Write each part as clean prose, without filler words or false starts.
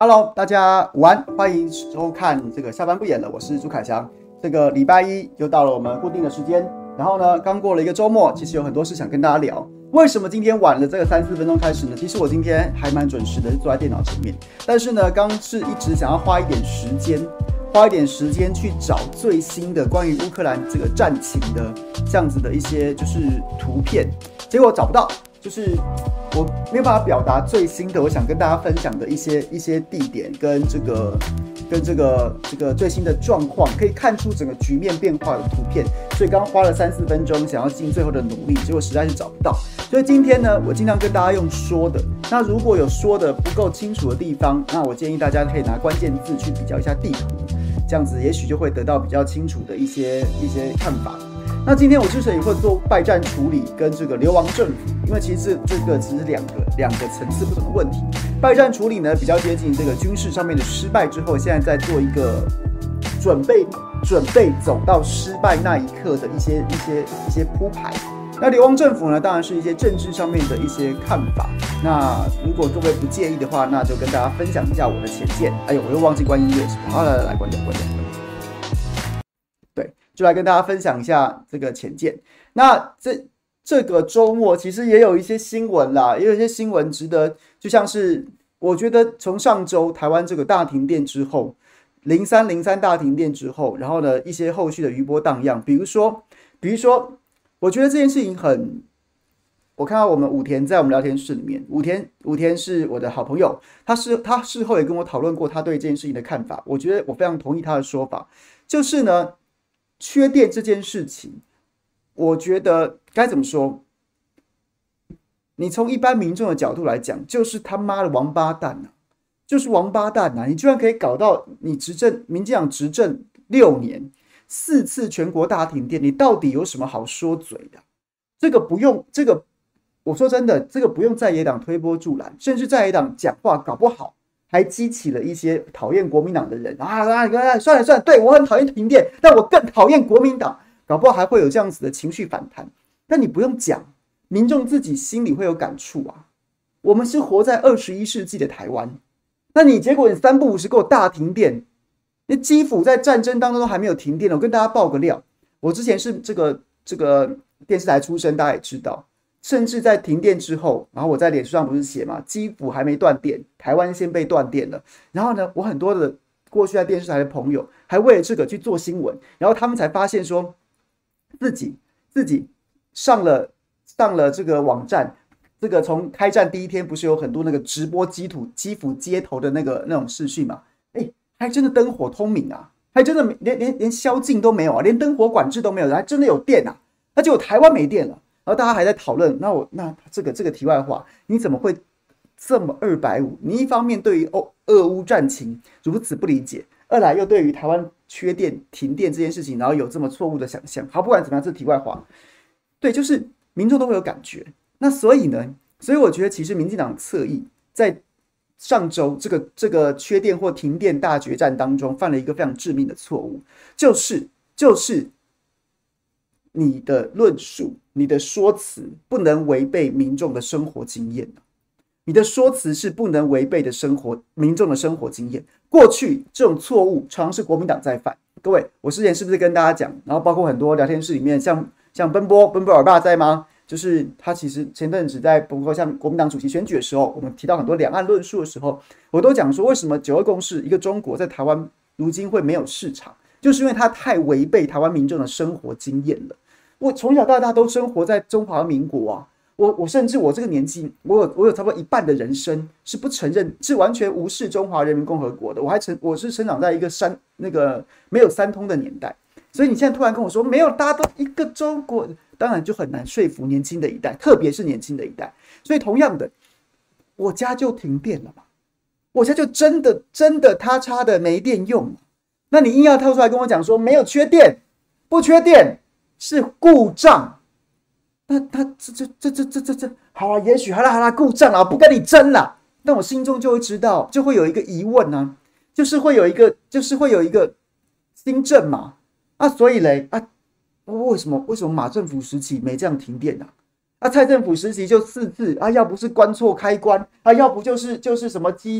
Hello，大家午安，欢迎收看这个下班不演了，我是朱凯翔。这个礼拜一又到了我们固定的时间，然后呢，刚过了一个周末，其实有很多事想跟大家聊。为什么今天晚了这个3-4分钟开始呢？其实我今天还蛮准时的，坐在电脑前面，但是呢，刚是一直想要花一点时间去找最新的关于乌克兰这个战情的这样子的一些就是图片，结果找不到。就是我没有办法表达最新的，我想跟大家分享的一些地点跟这个最新的状况，可以看出整个局面变化的图片。所以刚花了3-4分钟，想要尽最后的努力，结果实在是找不到。所以今天呢，我尽量跟大家用说的。那如果有说的不够清楚的地方，那我建议大家可以拿关键字去比较一下地图，这样子也许就会得到比较清楚的一些看法。那今天我之所以会做败战处理跟这个流亡政府，因为其实这个只是两个层次不同的问题。败战处理呢比较接近这个军事上面的失败之后，现在在做一个准备走到失败那一刻的一些铺排。那流亡政府呢，当然是一些政治上面的一些看法。那如果各位不介意的话，那就跟大家分享一下我的浅见。哎呦，我又忘记关音乐，好，来关掉。就来跟大家分享一下这个浅见。那这个周末其实也有一些新闻啦，也有一些新闻值得，就像是我觉得从上周台湾这个大停电之后，03大停电之后，然后呢一些后续的余波荡漾，比如说，我觉得这件事情我看到我们武田在我们聊天室里面，武田是我的好朋友，他事后也跟我讨论过他对这件事情的看法，我觉得我非常同意他的说法，就是呢。缺电这件事情，我觉得该怎么说？你从一般民众的角度来讲，就是他妈的王八蛋啊，就是王八蛋啊！你居然可以搞到你民进党执政6年，4次全国大停电，你到底有什么好说嘴的？我说真的，这个不用在野党推波助澜，甚至在野党讲话搞不好。还激起了一些讨厌国民党的人算了，对我很讨厌停电，但我更讨厌国民党，搞不好还会有这样子的情绪反弹。但你不用讲，民众自己心里会有感触啊。我们是活在21世纪的台湾，那结果你3不5时给我大停电，那基辅在战争当中都还没有停电了。我跟大家爆个料，我之前是这个电视台出身，大家也知道。甚至在停电之后，然后我在脸书上不是写嘛，基辅还没断电，台湾先被断电了。然后呢，我很多的过去在电视台的朋友，还为了这个去做新闻，然后他们才发现说，自己上了这个网站，这个从开战第一天不是有很多那个直播基辅街头的那种视讯嘛？还真的灯火通明啊，还真的连宵禁都没有啊，连灯火管制都没有，还真的有电啊。那结果台湾没电了。然后大家还在讨论，那这个题外话，你怎么会这么250？你一方面对于俄乌战情如此不理解，二来又对于台湾缺电、停电这件事情，然后有这么错误的想象。好，不管怎么样，这题外话，对，就是民众都会有感觉。那所以我觉得其实民进党侧翼在上周这个缺电或停电大决战当中犯了一个非常致命的错误，就是你的论述、你的说辞不能违背民众的生活经验。你的说辞是不能违背的民众的生活经验。过去这种错误常是国民党在犯。各位，我之前是不是跟大家讲？然后包括很多聊天室里面，像奔波尔爸在吗？就是他其实前阵子在包括像国民党主席选举的时候，我们提到很多两岸论述的时候，我都讲说为什么9·2共识一个中国在台湾如今会没有市场。就是因为它太违背台湾民众的生活经验了。我从小到大都生活在中华民国啊，我甚至我这个年纪，我有差不多一半的人生是不承认，是完全无视中华人民共和国的。我是成长在一个没有3通的年代，所以你现在突然跟我说没有，大家都一个中国，当然就很难说服年轻的一代，特别是年轻的一代。所以同样的，我家就停电了嘛，我家就真的他叉的没电用。那你硬要跳出来跟我讲说没有缺电，不缺电是故障，那这好啊，也许好啦，故障啊，不跟你争啦。但我心中就会知道，就会有一个疑问啊，就是会有一个新政嘛啊，所以嘞啊，为什么马政府时期没这样停电啊？蔡政府时期就4次啊，要不是关错开关啊，要不就是什么机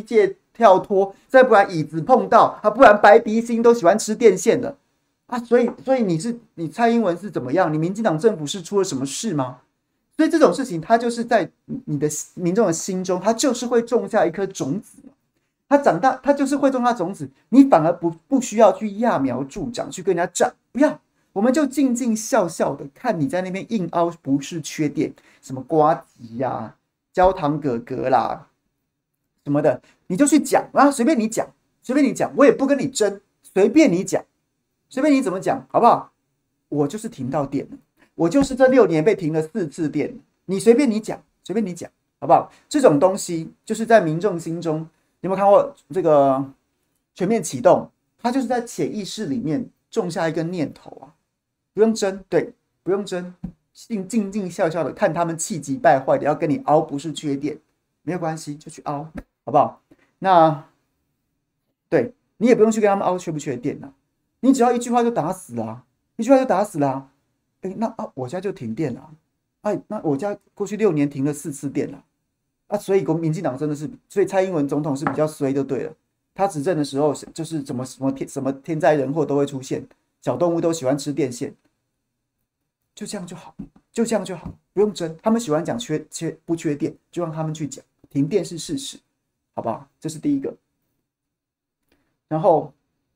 跳脱，再不然椅子碰到，不然白鼻星都喜欢吃电线的啊。所以你蔡英文是怎么样？你民进党政府是出了什么事吗？所以这种事情，它就是在你的民众的心中，它就是会种下一颗种子。它长大，它就是会种下种子，你反而不需要去揠苗助长，去跟人家战，不要，我们就静静笑笑的看你在那边硬凹不是缺点，什么呱吉呀、焦糖哥哥啦什么的，你就去讲啊，随便你讲，随便你讲，我也不跟你争，随便你讲，随便你怎么讲，好不好？我就是停到电了，我就是这6年被停了4次电，你随便你讲，随便你讲，好不好？这种东西就是在民众心中。你有没有看过这个全面启动？它就是在潜意识里面种下一个念头啊，不用争，对，不用争，静静笑笑的看他们气急败坏的要跟你凹，不是缺点，没有关系，就去凹，好不好？那对你也不用去跟他们凹缺不缺电啊，你只要一句话就打死了啊，一句话就打死了啊。那我家就停电了，那我家过去6年停了4次电了。所以民进党真的是，所以蔡英文总统是比较衰就对了。他执政的时候就是什么天灾人祸都会出现，小动物都喜欢吃电线，就这样就好，就这样就好，不用争。他们喜欢讲不缺电，就让他们去讲，停电是事实，好不好？这是第一个。然后，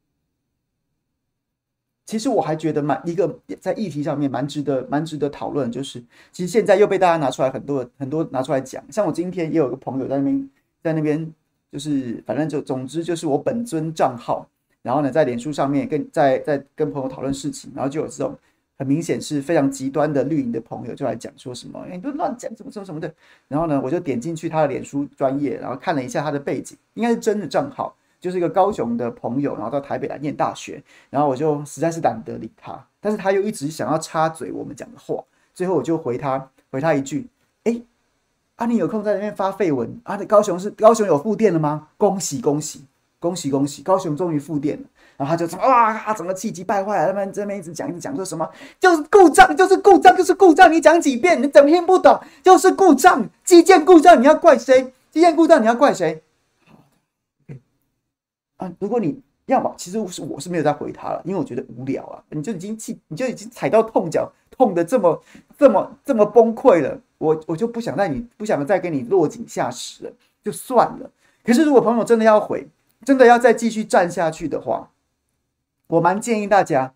其实我还觉得一个在议题上面蛮值得讨论，就是其实现在又被大家拿出来很多拿出来讲，像我今天也有个朋友在那边就是反正总之就是我本尊账号，然后呢在脸书上面在跟朋友讨论事情，然后就有这种很明显是非常极端的绿营的朋友就来讲说什么你都乱讲什么的，然后呢我就点进去他的脸书专页，然后看了一下他的背景，应该是真的账号。就是一个高雄的朋友，然后到台北来念大学，然后我就实在是懒得理他，但是他又一直想要插嘴我们讲的话，最后我就回他一句，你有空在那边发废文啊？高雄有复电了吗？恭喜恭喜恭喜恭喜，高雄终于复电了。然后他就整个气急败坏，这边一直讲说什么就是故障，就是故障，就是故障，你讲几遍你怎么听不懂？就是故障，基建故障，你要怪谁？基建故障你要怪谁？如果你要么，其实我是没有再回他了，因为我觉得无聊啊，你就已经踩到痛脚，痛的这么崩溃了，我就不想再跟你落井下石了，就算了。可是如果朋友真的要回，真的要再继续站下去的话，我蛮建议大家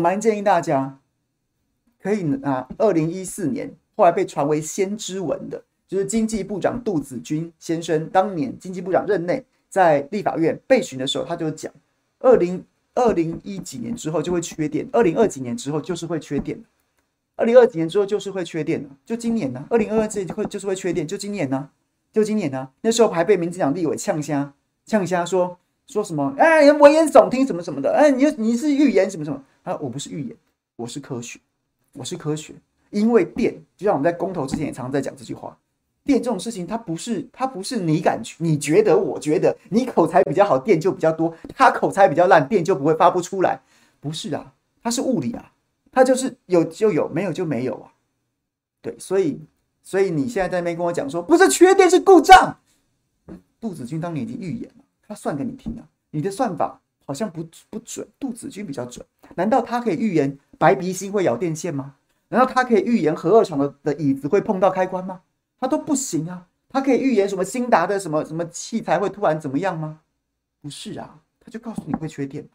可以拿2014年后来被传为先知文的，就是经济部长杜子君先生当年经济部长任内。在立法院备询的时候，他就讲，2010几年之后就会缺电，2020几年之后就是会缺电，2020几年之后就是会缺电了，就今年呢，2022就是会缺电，就今年呢，那时候还被民进党立委呛瞎说什么，危言耸听什么什么的，你是预言什么什么我不是预言，我是科学，因为电，就像我们在公投之前也常常在讲这句话。电这种事情，它不是你觉得，我觉得你口才比较好，电就比较多；他口才比较烂，电就不会发不出来。不是啊，它是物理啊，它就是有就有，没有就没有啊。对，所以你现在在那边跟我讲说，不是缺电是故障，杜子君当年已经预言了，他算给你听啊。你的算法好像不准，杜子君比较准。难道他可以预言白鼻星会咬电线吗？难道他可以预言核二厂的椅子会碰到开关吗？他都不行啊！他可以预言什么新达的什么器材会突然怎么样吗？不是啊，他就告诉你会缺电。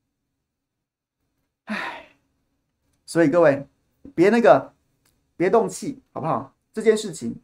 所以各位别动气，好不好？这件事情，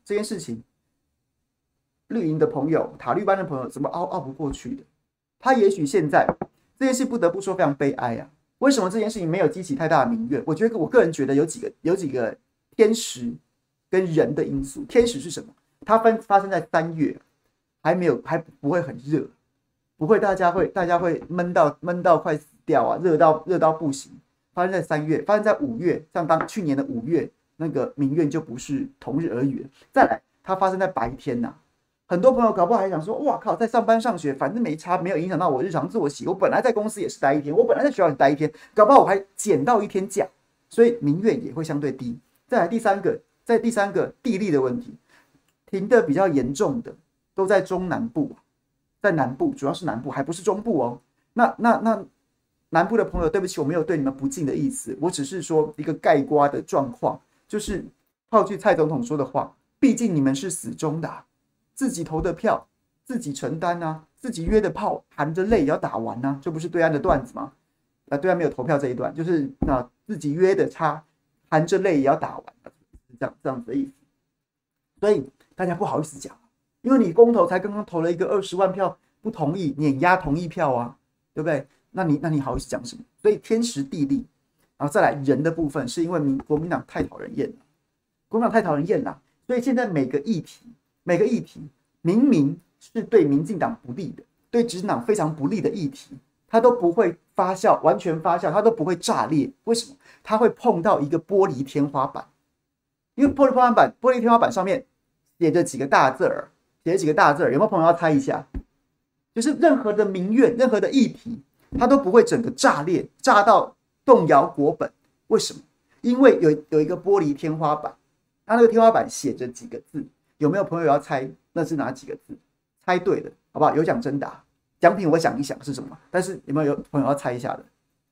绿营的朋友、塔绿班的朋友怎么熬不过去的？他也许现在这件事不得不说非常悲哀啊！为什么这件事情没有激起太大的民怨？我个人觉得有几个天时。跟人的因素，天时是什么？它发生在3月，还不会很热，不会大家会闷到快死掉啊，热到不行。发生在3月，发生在5月，像去年的5月，那个民怨就不是同日而语了。再来，它发生在白天呐，很多朋友搞不好还想说，哇靠，在上班上学，反正没差，没有影响到我日常作息。我本来在公司也是待1天，我本来在学校也待1天，搞不好我还捡到1天假，所以民怨也会相对低。再来第三个地利的问题，停的比较严重的都在中南部， 在南部，主要是南部，还不是中部哦。那南部的朋友，对不起，我没有对你们不敬的意思，我只是说一个概括的状况，就是套句蔡总统说的话，毕竟你们是死忠的自己投的票，自己承担啊，自己约的炮，含着泪也要打完啊，这不是对岸的段子吗？对岸没有投票这一段，就是自己约的差，含着泪也要打完，这样子的意思。所以大家不好意思讲，因为你公投才刚刚投了一个20万票不同意，碾压同意票啊，对不对？那你好意思讲什么？所以天时地利，然后再来人的部分，是因为国民党太讨人厌了，国民党太讨人厌了，所以现在每个议题明明是对民进党不利的，对执政党非常不利的议题，它都不会发酵，完全发酵，它都不会炸裂。为什么？它会碰到一个玻璃天花板，因为玻璃天花板上面写着几个大字儿，有没有朋友要猜一下？就是任何的民怨，任何的议题，它都不会整个炸裂，炸到动摇国本。为什么？因为有一个玻璃天花板，它那个天花板写着几个字，有没有朋友要猜那是哪几个字？猜对了，好不好？有奖征答，奖品我想一想是什么，但是有没有朋友要猜一下的？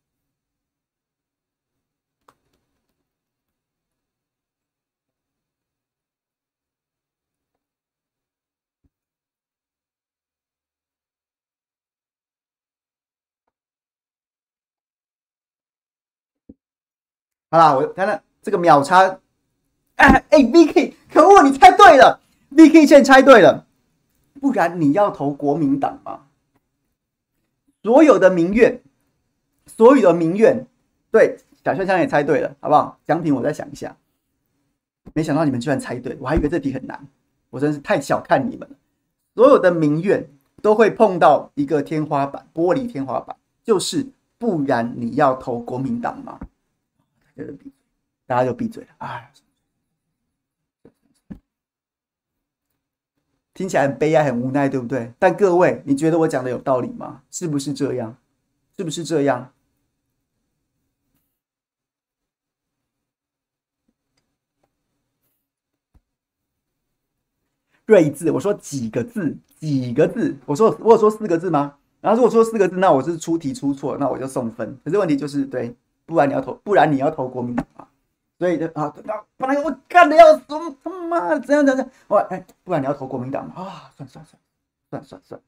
好啦，我看看这个秒差，VK， 可恶，你猜对了 ，VK 现在猜对了，不然你要投国民党吗？所有的民怨，对，小香香也猜对了，好不好？奖品我再想一下，没想到你们居然猜对，我还以为这题很难，我真是太小看你们了。所有的民怨都会碰到一个天花板，玻璃天花板，就是不然你要投国民党吗？大家就闭嘴了。哎，听起来很悲哀、很无奈，对不对？但各位，你觉得我讲的有道理吗？是不是这样？是不是这样？睿智，我说几个字？我有说4个字吗？然后如果说4个字，那我是出题出错，那我就送分。可是问题就是对，不然你要投国民党嘛。所以本来我干的要死，他妈怎样，不然你要投国民党嘛？算。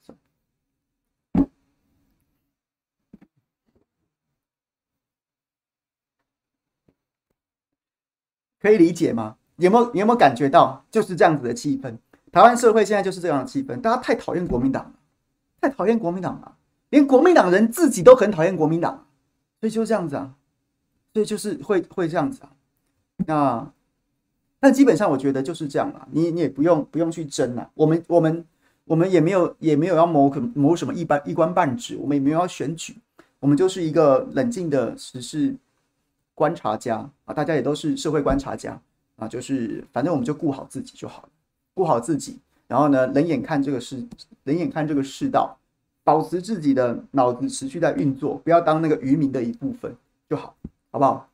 可以理解吗？有没有感觉到就是这样子的气氛？台湾社会现在就是这样的气氛，大家太讨厌国民党了，连国民党人自己都很讨厌国民党，所以就这样子啊，所以就是会这样子啊。但基本上我觉得就是这样啦，你也不用去争啦。我们也没有要谋什么一官半职，我们也没有要选举，我们就是一个冷静的时事观察家啊，大家也都是社会观察家啊，就是反正我们就顾好自己就好了，顾好自己，然后呢，冷眼看这个世道，保持自己的脑子持续在运作，不要当那个渔民的一部分就好，好不好？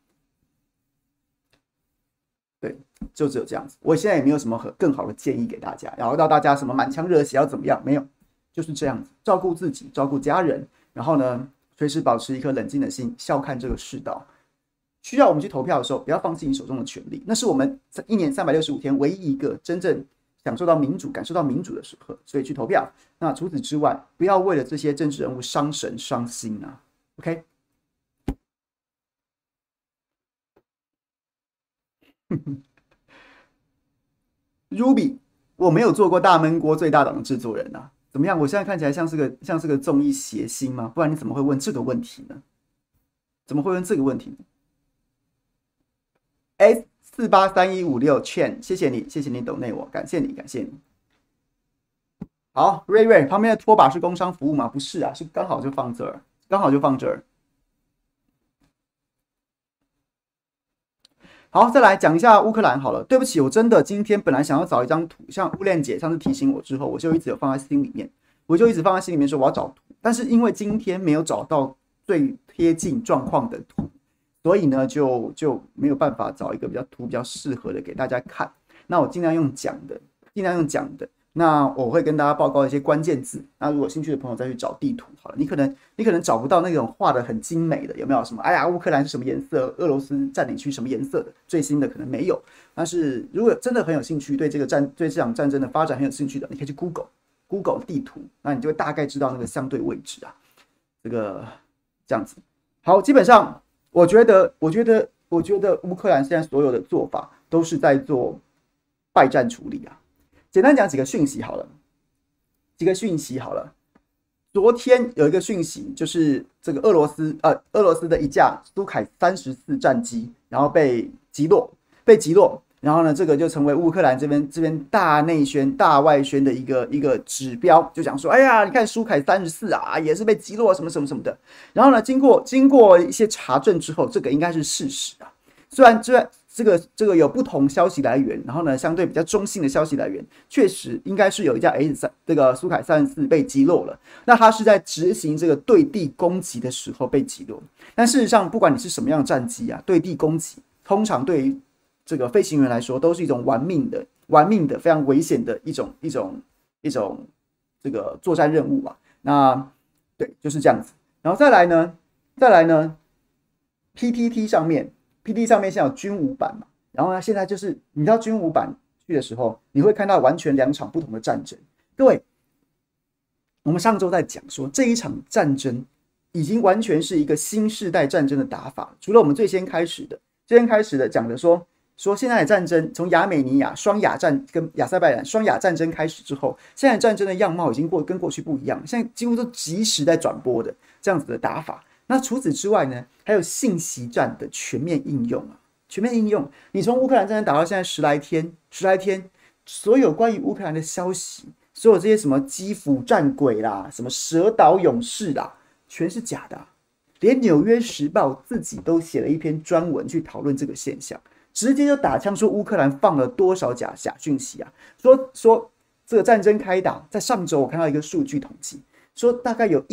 对，就只有这样子。我现在也没有什么更好的建议给大家，然后让大家什么满腔热血要怎么样，没有，就是这样子，照顾自己，照顾家人，然后呢，随时保持一颗冷静的心，笑看这个世道。需要我们去投票的时候，不要放弃你手中的权利，那是我们1年365天唯一一个真正享受到民主、感受到民主的时刻，所以去投票。那除此之外，不要为了这些政治人物伤神伤心啊。OK。Ruby， 我没有做过大闷锅最大党的制作人啊，怎么样？我现在看起来像是个综艺谐星吗？不然你怎么会问这个问题呢？S483156 Chen， 谢谢你抖内我，感谢你。好，瑞旁边的拖把是工商服务吗？不是啊，是刚好就放这儿。好，再来讲一下乌克兰好了。对不起，我真的今天本来想要找一张图，像乌链姐上次提醒我之后，我就一直有放在心里面，说我要找图，但是因为今天没有找到最贴近状况的图，所以呢就没有办法找一个图比较适合的给大家看。那我尽量用讲的。 那我会跟大家报告一些关键字。那如果有兴趣的朋友再去找地图好了。你可能找不到那种画的很精美的，有没有什么？哎呀，乌克兰是什么颜色？俄罗斯占领区什么颜色的？最新的可能没有。但是如果真的很有兴趣，对这场战争的发展很有兴趣的，你可以去 Google 地图，那你就会大概知道那个相对位置啊。这样子。好，基本上我觉得乌克兰现在所有的做法都是在做败战处理啊。简单讲几个讯息好了。昨天有一个讯息，就是这个俄罗斯的一架苏凯34战机，然后被击落，然后呢，这个就成为乌克兰这边大内宣、大外宣的一个指标，就讲说，哎呀，你看苏凯34啊，也是被击落什么什么什么的。然后呢，经过一些查证之后，这个应该是事实啊。虽然这个有不同消息来源，然后呢，相对比较中性的消息来源，确实应该是有一架这个苏凯34被击落了。那它是在执行这个对地攻击的时候被击落。但事实上，不管你是什么样的战机啊，对地攻击通常对于这个飞行员来说都是一种玩命的非常危险的一种这个作战任务啊。那对，就是这样子。然后再来呢 ，PTT 上面现在有军武版嘛，然后呢，现在就是你到军武版去的时候，你会看到完全两场不同的战争。各位，我们上周在讲说这一场战争已经完全是一个新世代战争的打法，除了我们最先开始的讲的说现在的战争从亚美尼亚双亚战跟亚塞拜然双亚战争开始之后，现在战争的样貌已经跟过去不一样，现在几乎都即时在转播的这样子的打法。那除此之外呢，还有信息战的全面应用啊，你从乌克兰战争打到现在十来天，所有关于乌克兰的消息，所有这些什么基辅战鬼啦，什么蛇岛勇士啦，全是假的啊。连纽约时报自己都写了一篇专文去讨论这个现象，直接就打枪说乌克兰放了多少假讯息啊，说这个战争开打，在上周我看到一个数据统计，说大概有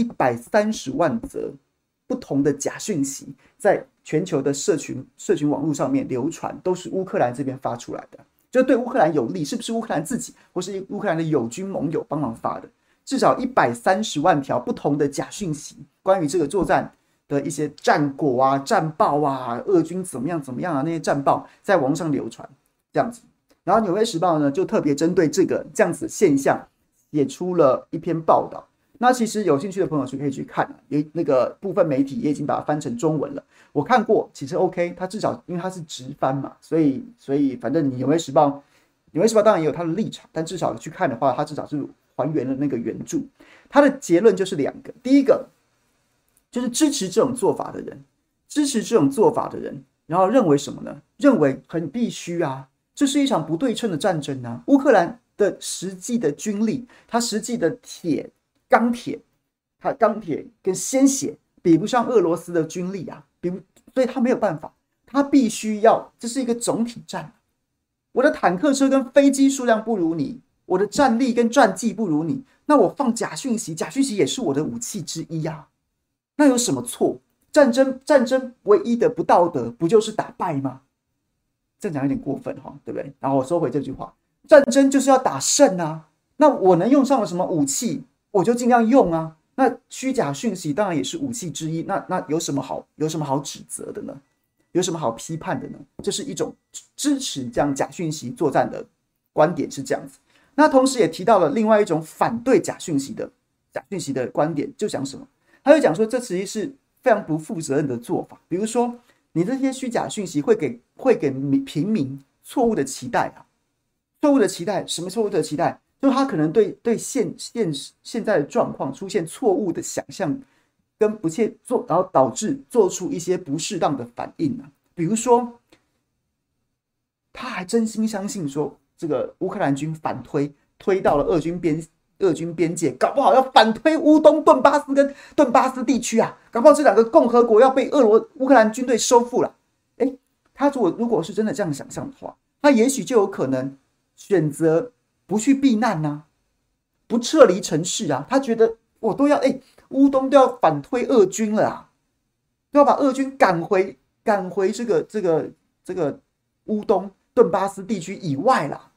130万则不同的假讯息在全球的社群网络上面流传，都是乌克兰这边发出来的，就对乌克兰有利，是不是乌克兰自己或是乌克兰的友军盟友帮忙发的？至少130万条不同的假讯息，关于这个作战的一些战果啊、战报啊、俄军怎么样啊，那些战报在网上流传这样子。然后《纽约时报》呢就特别针对这样子的现象写出了一篇报道。那其实有兴趣的朋友是可以去看那个部分媒体也已经把它翻成中文了。我看过，其实 OK， 它至少因为它是直翻嘛，所以反正你《纽约时报》当然也有它的立场，但至少去看的话，它至少是还原了那个原著。它的结论就是两个，第一个就是支持这种做法的人，然后认为什么呢？认为很必须啊，这是一场不对称的战争啊。乌克兰的实际的军力，它实际的钢铁跟鲜血比不上俄罗斯的军力啊，所以他没有办法，他必须要，这是一个总体战。我的坦克车跟飞机数量不如你，我的战力跟战绩不如你，那我放假讯息也是我的武器之一啊。那有什么错？战争唯一的不道德不就是打败吗？这样讲有点过分哈，对不对？然后我收回这句话，战争就是要打胜啊。那我能用上了什么武器，我就尽量用啊。那虚假讯息当然也是武器之一，那有什么好指责的呢？有什么好批判的呢？这是一种支持这样假讯息作战的观点是这样子。那同时也提到了另外一种反对假讯息的观点，就讲什么？他就讲说，这其实是非常不负责任的做法。比如说，你这些虚假讯息会给平民错误的期待啊，什么错误的期待？就是他可能对现在的状况出现错误的想象跟不切做，然后导致做出一些不适当的反应啊。比如说，他还真心相信说，这个乌克兰军反推到了俄军边界，搞不好要反推乌东顿巴斯跟顿巴斯地区啊，搞不好这两个共和国要被乌克兰军队收复了。他如果是真的这样想象的话，他也许就有可能选择不去避难啊，不撤离城市啊。他觉得我都要乌东都要反推俄军了啊，都要把俄军赶回这个乌东顿巴斯地区以外啦。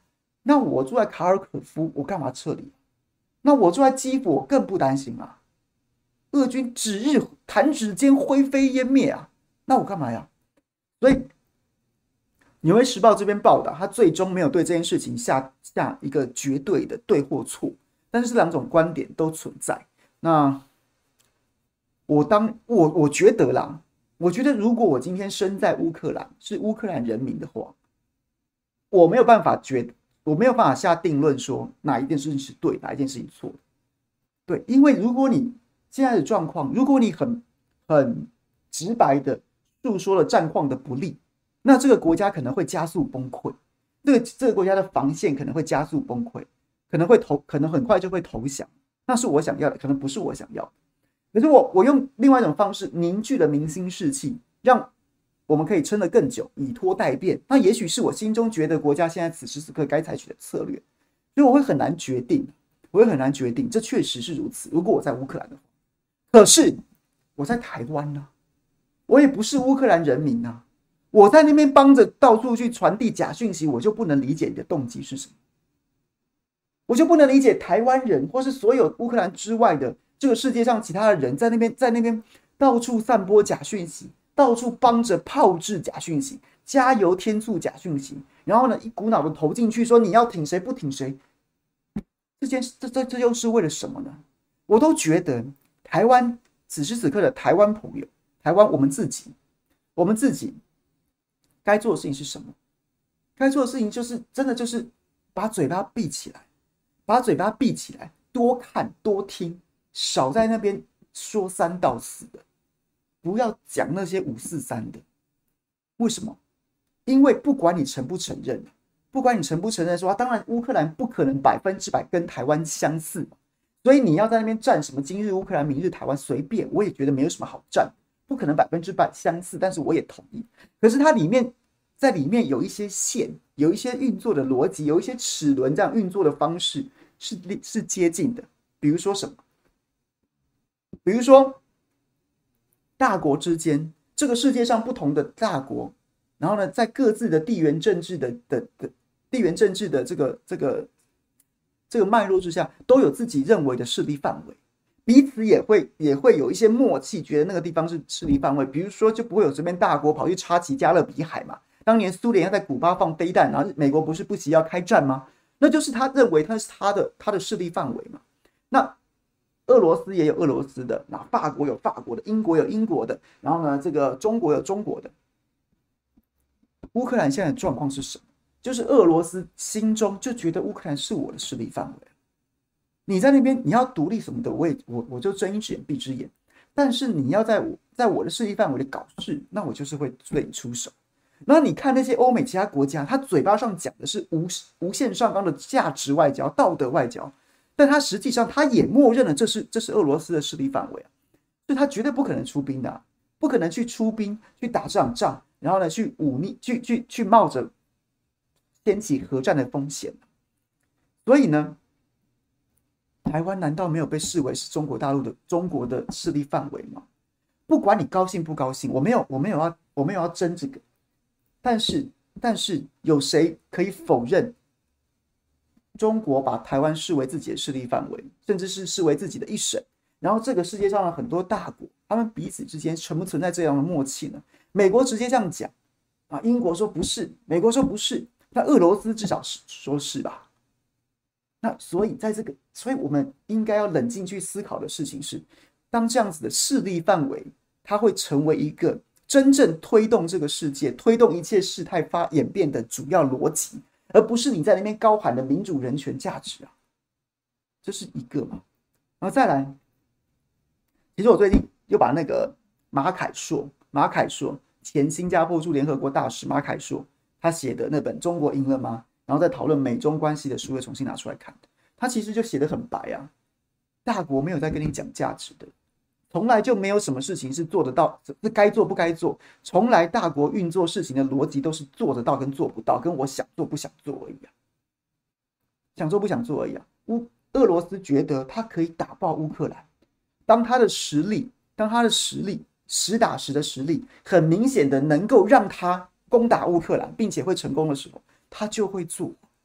那我住在卡尔可夫，我干嘛撤离？那我住在基辅，我更不担心啊。俄军弹指间灰飞烟灭啊，那我干嘛呀？所以《纽约时报》这边报道，他最终没有对这件事情下一个绝对的对或错，但是这两种观点都存在。那我觉得啦，我觉得如果我今天身在乌克兰，是乌克兰人民的话，我没有办法我没有办法下定论说哪一件事情是对，哪一件事情错。对，因为如果你现在的状况，如果你很直白的诉说了战况的不利，那这个国家可能会加速崩溃，这个国家的防线可能会加速崩溃，可能很快就会投降，那是我想要的，可能不是我想要的。可是我用另外一种方式凝聚了民心士气，让我们可以撑得更久，以拖待变。那也许是我心中觉得国家现在此时此刻该采取的策略，所以我会很难决定，这确实是如此。如果我在乌克兰的话，可是我在台湾呢、我也不是乌克兰人民啊，我在那边帮着到处去传递假讯息，我就不能理解你的动机是什么，我就不能理解台湾人或是所有乌克兰之外的这个世界上其他的人在那边到处散播假讯息，到处帮着炮制假讯息，加油添醋假讯息，然后呢一股脑的投进去说你要挺谁不挺谁，这又是为了什么呢？我都觉得台湾此时此刻的台湾朋友，台湾我们自己该做的事情是什么？该做的事情就是真的就是把嘴巴闭起来，多看多听，少在那边说三道四的，不要讲那些543的。为什么？因为不管你承不承认，说，当然乌克兰不可能100%跟台湾相似，所以你要在那边站什么今日乌克兰，明日台湾，随便，我也觉得没有什么好站，不可能100%相似，但是我也同意。可是它在里面有一些线，有一些运作的逻辑，有一些齿轮这样运作的方式是接近的。比如说什么？比如说大国之间，这个世界上不同的大国，然后呢，在各自的地缘政治的这个脉络之下，都有自己认为的势力范围，彼此也会有一些默契，觉得那个地方是势力范围。比如说，就不会有这边大国跑去插旗加勒比海嘛。当年苏联要在古巴放飞弹，然后美国不是不惜要开战吗？那就是他认为他是他的势力范围嘛。那俄罗斯也有俄罗斯的，那法国有法国的，英国有英国的，然后呢，这个中国有中国的。乌克兰现在的状况是什么？就是俄罗斯心中就觉得乌克兰是我的势力范围，你在那边你要独立什么的，我就睁一只眼闭一只眼。但是你要在我的势力范围里搞事，那我就是会对你出手。然后你看那些欧美其他国家，他嘴巴上讲的是无限上纲的价值外交、道德外交，但他实际上他也默认了这是俄罗斯的势力范围啊，所以他绝对不可能出兵的、不可能去出兵去打这场仗，然后呢去冒着掀起核战的风险。所以呢，台湾难道没有被视为是中国的势力范围吗？不管你高兴不高兴，我没有要争这个。但是有谁可以否认中国把台湾视为自己的势力范围，甚至是视为自己的一省？然后这个世界上的很多大国，他们彼此之间存不存在这样的默契呢？美国直接这样讲啊，英国说不是，美国说不是，那俄罗斯至少说是吧？那所以所以我们应该要冷静去思考的事情是，当这样子的势力范围，它会成为一个真正推动这个世界、推动一切事态演变的主要逻辑，而不是你在那边高喊的民主、人权价值啊，这是一个嘛。然后再来，其实我最近又把那个马凯硕前新加坡驻联合国大使马凯硕他写的那本《中国赢了吗》，然后在讨论美中关系的书，又重新拿出来看。他其实就写得很白啊，大国没有在跟你讲价值的。从来就没有什么事情是做得到，是该做不该做。从来大国运作事情的逻辑都是做得到跟做不到，跟我想做不想做而已啊。想做不想做而已啊。俄罗斯觉得他可以打爆乌克兰，当他的实力实打实的实力，很明显的能够让他攻打乌克兰，并且会成功的时候，他就会做。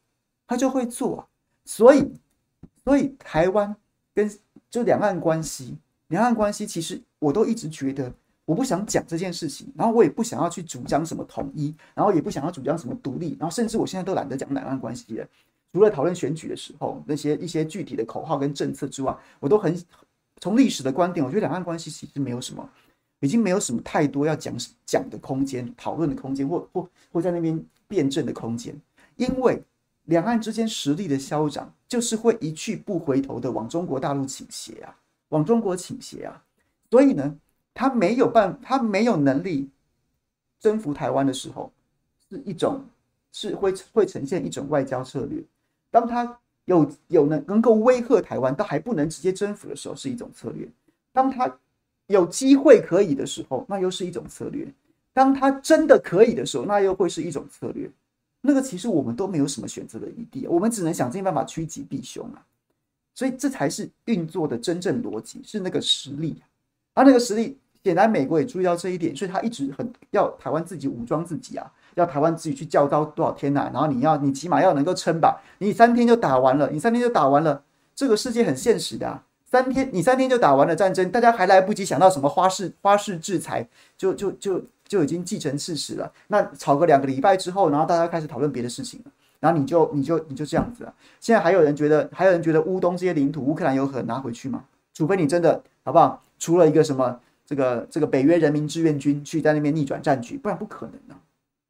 他就会做啊。所以台湾跟就两岸关系，其实我都一直觉得，我不想讲这件事情，然后我也不想要去主张什么统一，然后也不想要主张什么独立，然后甚至我现在都懒得讲两岸关系了。除了讨论选举的时候那些一些具体的口号跟政策之外，我都很从历史的观点，我觉得两岸关系其实没有什么，已经没有什么太多要讲的空间、讨论的空间，或在那边辩证的空间，因为两岸之间实力的消长，就是会一去不回头的往中国大陆倾斜啊，往中国倾斜啊。所以呢，他没有能力征服台湾的时候，是会呈现一种外交策略。当他能够威吓台湾，但还不能直接征服的时候，是一种策略；当他有机会可以的时候，那又是一种策略；当他真的可以的时候，那又会是一种策略。那个其实我们都没有什么选择的余地，我们只能想尽办法趋吉避凶啊。所以这才是运作的真正逻辑，是那个实力啊。而那个实力，显然美国也注意到这一点，所以他一直很要台湾自己武装自己啊。要台湾自己去教招多少天啊？然后你起码要能够撑吧，你3天就打完了，这个世界很现实的啊。你3天就打完了战争，大家还来不及想到什么花式制裁，就已经既成事实了。那吵个2个礼拜之后，然后大家开始讨论别的事情了，然后你就这样子了。现在还有人觉得乌东这些领土乌克兰有可能拿回去吗？除非你真的好不好？除了一个什么这个北约人民志愿军去在那边逆转战局，不然不可能啊。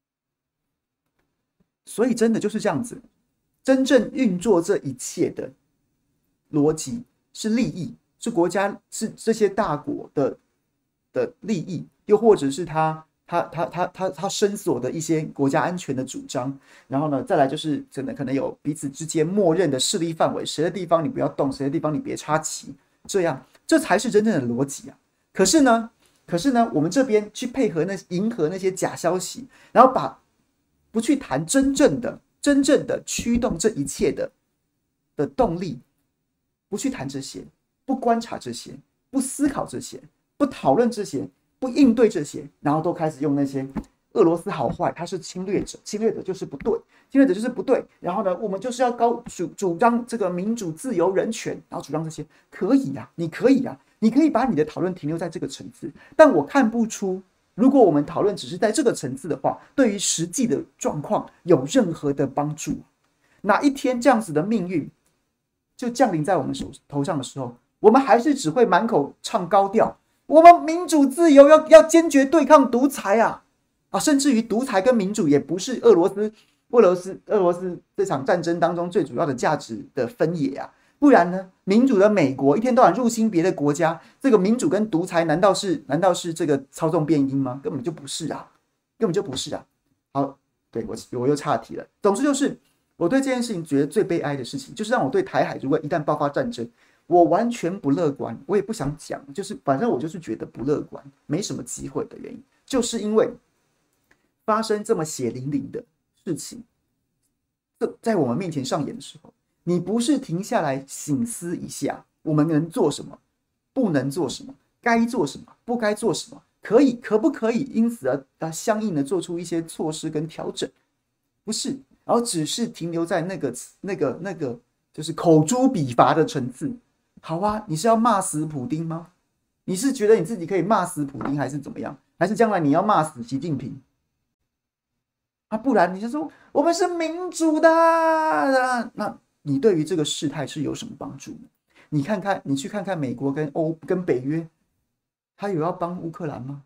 所以真的就是这样子，真正运作这一切的逻辑是利益，是国家，是这些大国的利益，又或者是他深锁的一些国家安全的主张。然后呢，再来就是真的可能有彼此之间默认的势力范围，谁的地方你不要动，谁的地方你别插旗，这才是真正的逻辑啊。可是呢，我们这边去配合迎合那些假消息，然后不去谈真正的驱动这一切的动力，不去谈这些，不观察这些，不思考这些，不讨论这些，不应对这些，然后都开始用那些俄罗斯好坏，他是侵略者，侵略者就是不对，然后呢，我们就是要主张这个民主、自由、人权，然后主张这些，可以啊，你可以把你的讨论停留在这个层次，但我看不出。如果我们讨论只是在这个层次的话，对于实际的状况有任何的帮助？哪一天这样子的命运就降临在我们头上的时候，我们还是只会满口唱高调，我们民主自由要坚决对抗独裁啊！甚至于独裁跟民主也不是俄罗斯这场战争当中最主要的价值的分野啊。不然呢？民主的美国一天到晚入侵别的国家，这个民主跟独裁难道是这个操纵变音吗？根本就不是啊，好，对我又岔题了。总之就是，我对这件事情觉得最悲哀的事情，就是让我对台海如果一旦爆发战争，我完全不乐观，我也不想讲，就是反正我就是觉得不乐观，没什么机会的原因，就是因为发生这么血淋淋的事情，在我们面前上演的时候。你不是停下来省思一下，我们能做什么，不能做什么，该做什么，不该做什么，可不可以因此而相应的做出一些措施跟调整？不是，然后只是停留在那个就是口诛笔伐的层次。好啊，你是要骂死普丁吗？你是觉得你自己可以骂死普丁，还是怎么样？还是将来你要骂死习近平？不然你就说我们是民主的，那你对于这个事态是有什么帮助呢？你去看看美国跟北约，他有要帮乌克兰吗？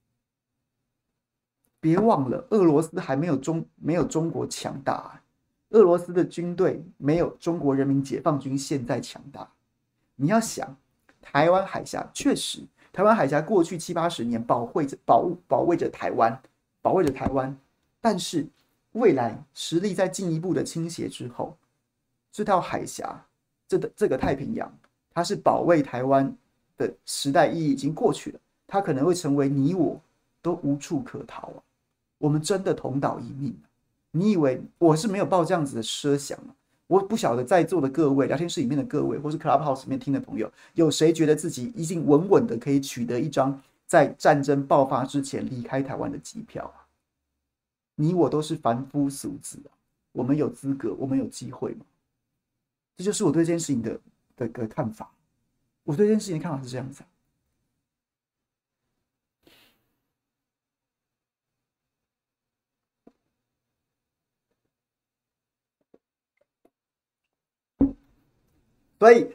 别忘了，俄罗斯还没有中国强大，俄罗斯的军队没有中国人民解放军现在强大。你要想，台湾海峡确实，台湾海峡过去70-80年保卫着台湾，但是未来实力在进一步的倾斜之后。这条海峡，这个太平洋，它是保卫台湾的时代意义已经过去了，它可能会成为你我都无处可逃啊！我们真的同岛一命啊！你以为我是没有抱这样子的奢想啊？我不晓得在座的各位，聊天室里面的各位，或是 Clubhouse 里面听的朋友，有谁觉得自己已经稳稳的可以取得一张在战争爆发之前离开台湾的机票啊？你我都是凡夫俗子啊！ 我们有资格，我们有机会吗？这就是我对这件事情的看法。我对这件事情的看法是这样子。所以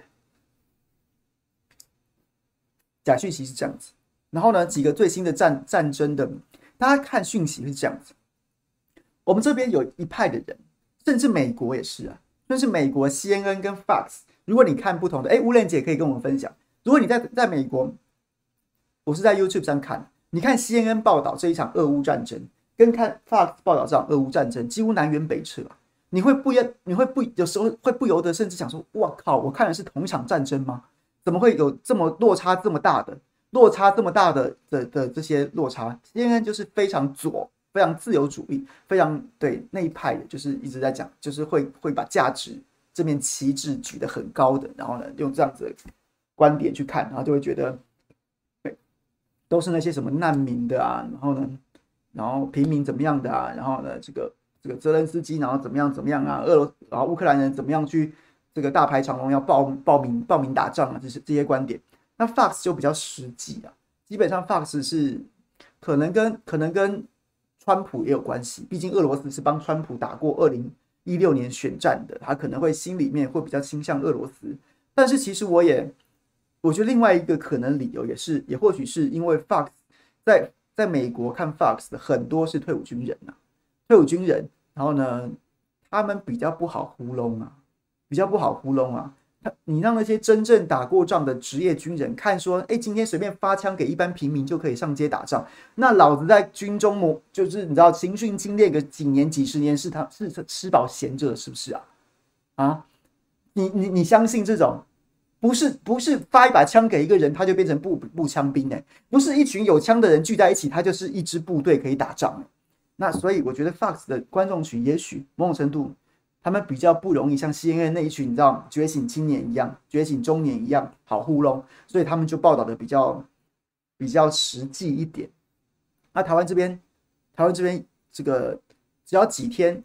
假讯息是这样子。然后呢，几个最新的战争的，大家看讯息是这样子。我们这边有一派的人，甚至美国也是啊，甚至美国 CNN 跟 Fox， 如果你看不同的，乌莲姐可以跟我们分享。如果你在美国，我是在 YouTube 上看，你看 CNN 报道这一场俄乌战争，跟看 Fox 报道这场俄乌战争，几乎南辕北辙啊。你会有时候会不由得甚至想说，哇靠，我看的是同一场战争吗？怎么会有这么落差这么大的这些落差？CNN 就是非常左。非常自由主义，非常对那一派的，就是一直在讲，就是会把价值这面旗帜举得很高的，然后呢，用这样子的观点去看，然后就会觉得，对，都是那些什么难民的啊，然后平民怎么样的啊，然后呢，这个泽连斯基，然后怎么样啊，然后乌克兰人怎么样去这个大排长龙要报名打仗啊，这些观点。那 Fox 就比较实际啊，基本上 Fox 是可能跟川普也有关系，毕竟俄罗斯是帮川普打过2016年选战的，他可能会心里面会比较倾向俄罗斯。但是其实我觉得另外一个可能理由也或许是因为 Fox 在美国看 Fox 的很多是退伍军人啊，然后呢，他们比较不好糊弄啊，你让那些真正打过仗的职业军人看说，今天随便发枪给一般平民就可以上街打仗，那老子在军中就是你知道行训经练个几年几十年，是吃饱闲着是不是啊？啊，你相信这种？不是发一把枪给一个人，他就变成步枪兵不是一群有枪的人聚在一起，他就是一支部队可以打仗那所以我觉得 Fox 的观众群也许某种程度。他们比较不容易像 CNN 那一群，你知道觉醒青年一样、觉醒中年一样好糊弄，所以他们就报道的比较实际一点。那台湾这边这个只要几天，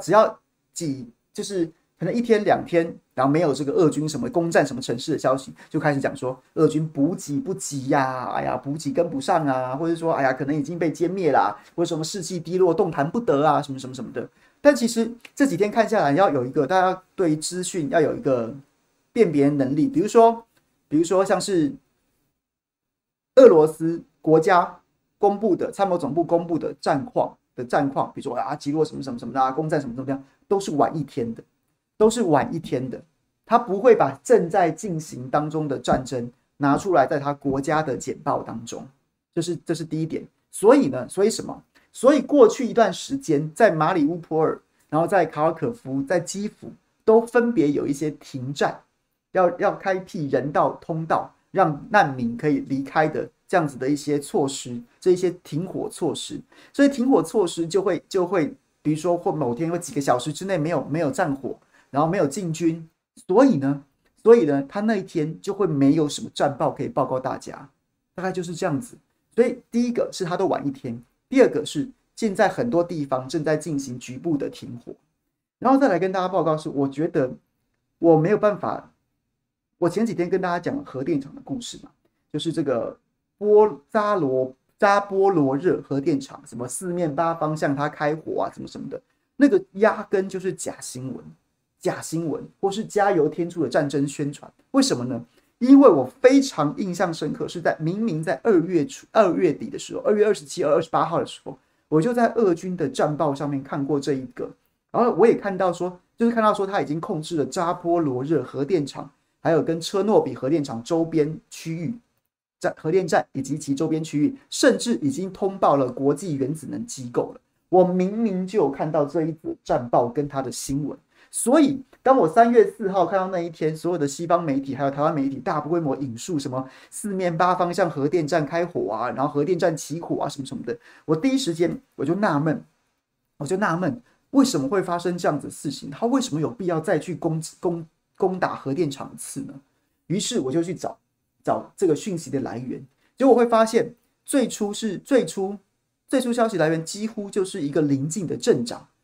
就是可能1天2天，然后没有这个俄军什么攻占什么城市的消息，就开始讲说俄军补给不及呀，哎呀补给跟不上啊，或者说哎呀可能已经被歼灭啦，或者什么士气低落、动弹不得啊，什么什么什么的。但其实这几天看下来，要有一个大家对于资讯要有一个辨别能力，比如说像是俄罗斯国家公布的参谋总部公布的战况，比如说击落什么什么什么的，攻占什么什么样，都是晚一天的，他不会把正在进行当中的战争拿出来在他国家的简报当中，这是第一点。所以什么？所以过去一段时间，在马里乌波尔，然后在卡尔可夫、在基辅，都分别有一些停战，要开辟人道通道，让难民可以离开的这样子的一些措施，这一些停火措施。所以停火措施就会，比如说或某天有几个小时之内没有战火，然后没有进军，所以呢，他那一天就会没有什么战报可以报告大家，大概就是这样子。所以第一个是他都晚一天。第二个是现在很多地方正在进行局部的停火，然后再来跟大家报告是，我觉得我没有办法。我前几天跟大家讲了核电厂的故事嘛，就是这个扎波罗热核电厂，什么4面8方向它开火啊，什么什么的，那个压根就是假新闻，或是加油添醋的战争宣传。为什么呢？因为我非常印象深刻，是明明在2月底的时候，2月27、28号的时候，我就在俄军的战报上面看过这一个，然后我也看到说他已经控制了扎波罗热核电厂，还有跟车诺比核电厂周边区域、核电站以及其周边区域，甚至已经通报了国际原子能机构了。我明明就有看到这一则战报跟他的新闻。所以，当我3月4号看到那一天，所有的西方媒体还有台湾媒体大规模引述什么4面8方向核电站开火啊，然后核电站起火啊什么什么的，我第一时间我就纳闷，为什么会发生这样子的事情？他为什么有必要再去攻打核电厂一次呢？于是我就去找这个讯息的来源，结果会发现最初消息来源几乎就是一个邻近的镇长。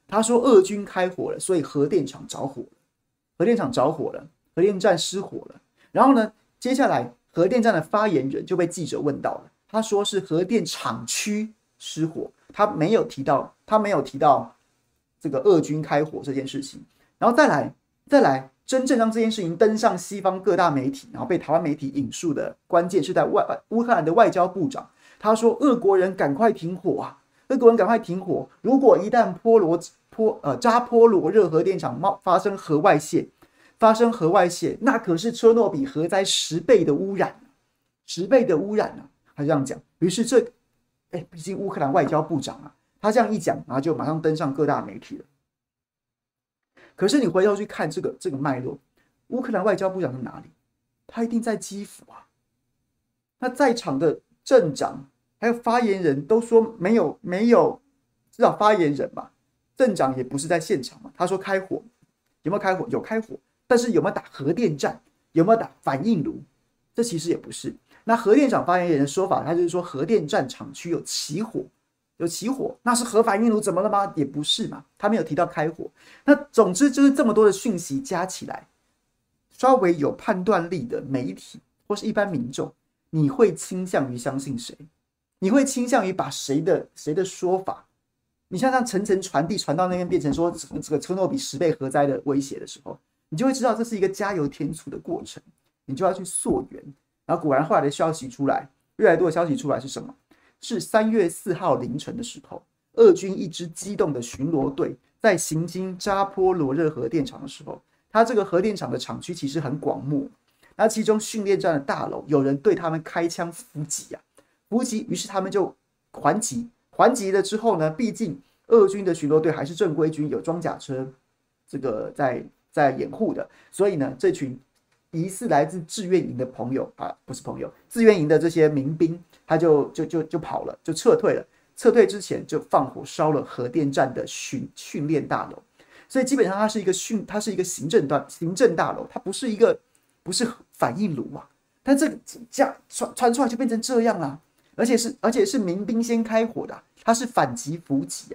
他说俄军开火了，所以核电厂着火了，核电厂着火了，核电站失火了。然后呢，接下来核电站的发言人就被记者问到了，他说是核电厂区失火，他没有提到这个俄军开火这件事情。然后再来，真正让这件事情登上西方各大媒体，然后被台湾媒体引述的关键是在乌克兰的外交部长，他说俄国人赶快停火啊，俄国人赶快停火，如果一旦扎波罗热核电厂发生核外泄，那可是车诺比核灾10倍的污染，10倍的污染啊！他这样讲。于是毕竟乌克兰外交部长啊，他这样一讲，然后就马上登上各大媒体了。可是你回头去看这个脉络，乌克兰外交部长在哪里？他一定在基辅啊。那在场的镇长还有发言人都说没有，至少发言人嘛，镇长也不是在现场嘛。他说开火，有没有开火？有开火。但是有没有打核电站？有没有打反应炉？这其实也不是。那核电厂发言人的说法，他就是说核电站厂区有起火，那是核反应炉怎么了吗？也不是嘛，他没有提到开火。那总之就是这么多的讯息加起来，稍微有判断力的媒体或是一般民众，你会倾向于相信谁？你会倾向于把谁的说法？你像这样层层传递传到那边，变成说这个车诺比10倍核灾的威胁的时候，你就会知道这是一个加油添醋的过程，你就要去溯源。然后果然后来的消息出来，越来越多的消息出来是什么？是3月4号凌晨的时候，俄军一支机动的巡逻队在行经扎波罗热核电厂的时候，它这个核电厂的厂区其实很广袤，那其中训练站的大楼有人对他们开枪伏击啊，于是他们就还击了之后呢，毕竟俄军的巡逻队还是正规军，有装甲车这个在掩护的，所以呢，这群疑似来自志愿营的朋友啊，不是朋友，志愿营的这些民兵，他就跑了，就撤退了。撤退之前就放火烧了核电站的训练大楼，所以基本上它是一个行政大楼，它不是反应炉啊。但这样传出来就变成这样啦，而且是民兵先开火的，它是反击伏击啊。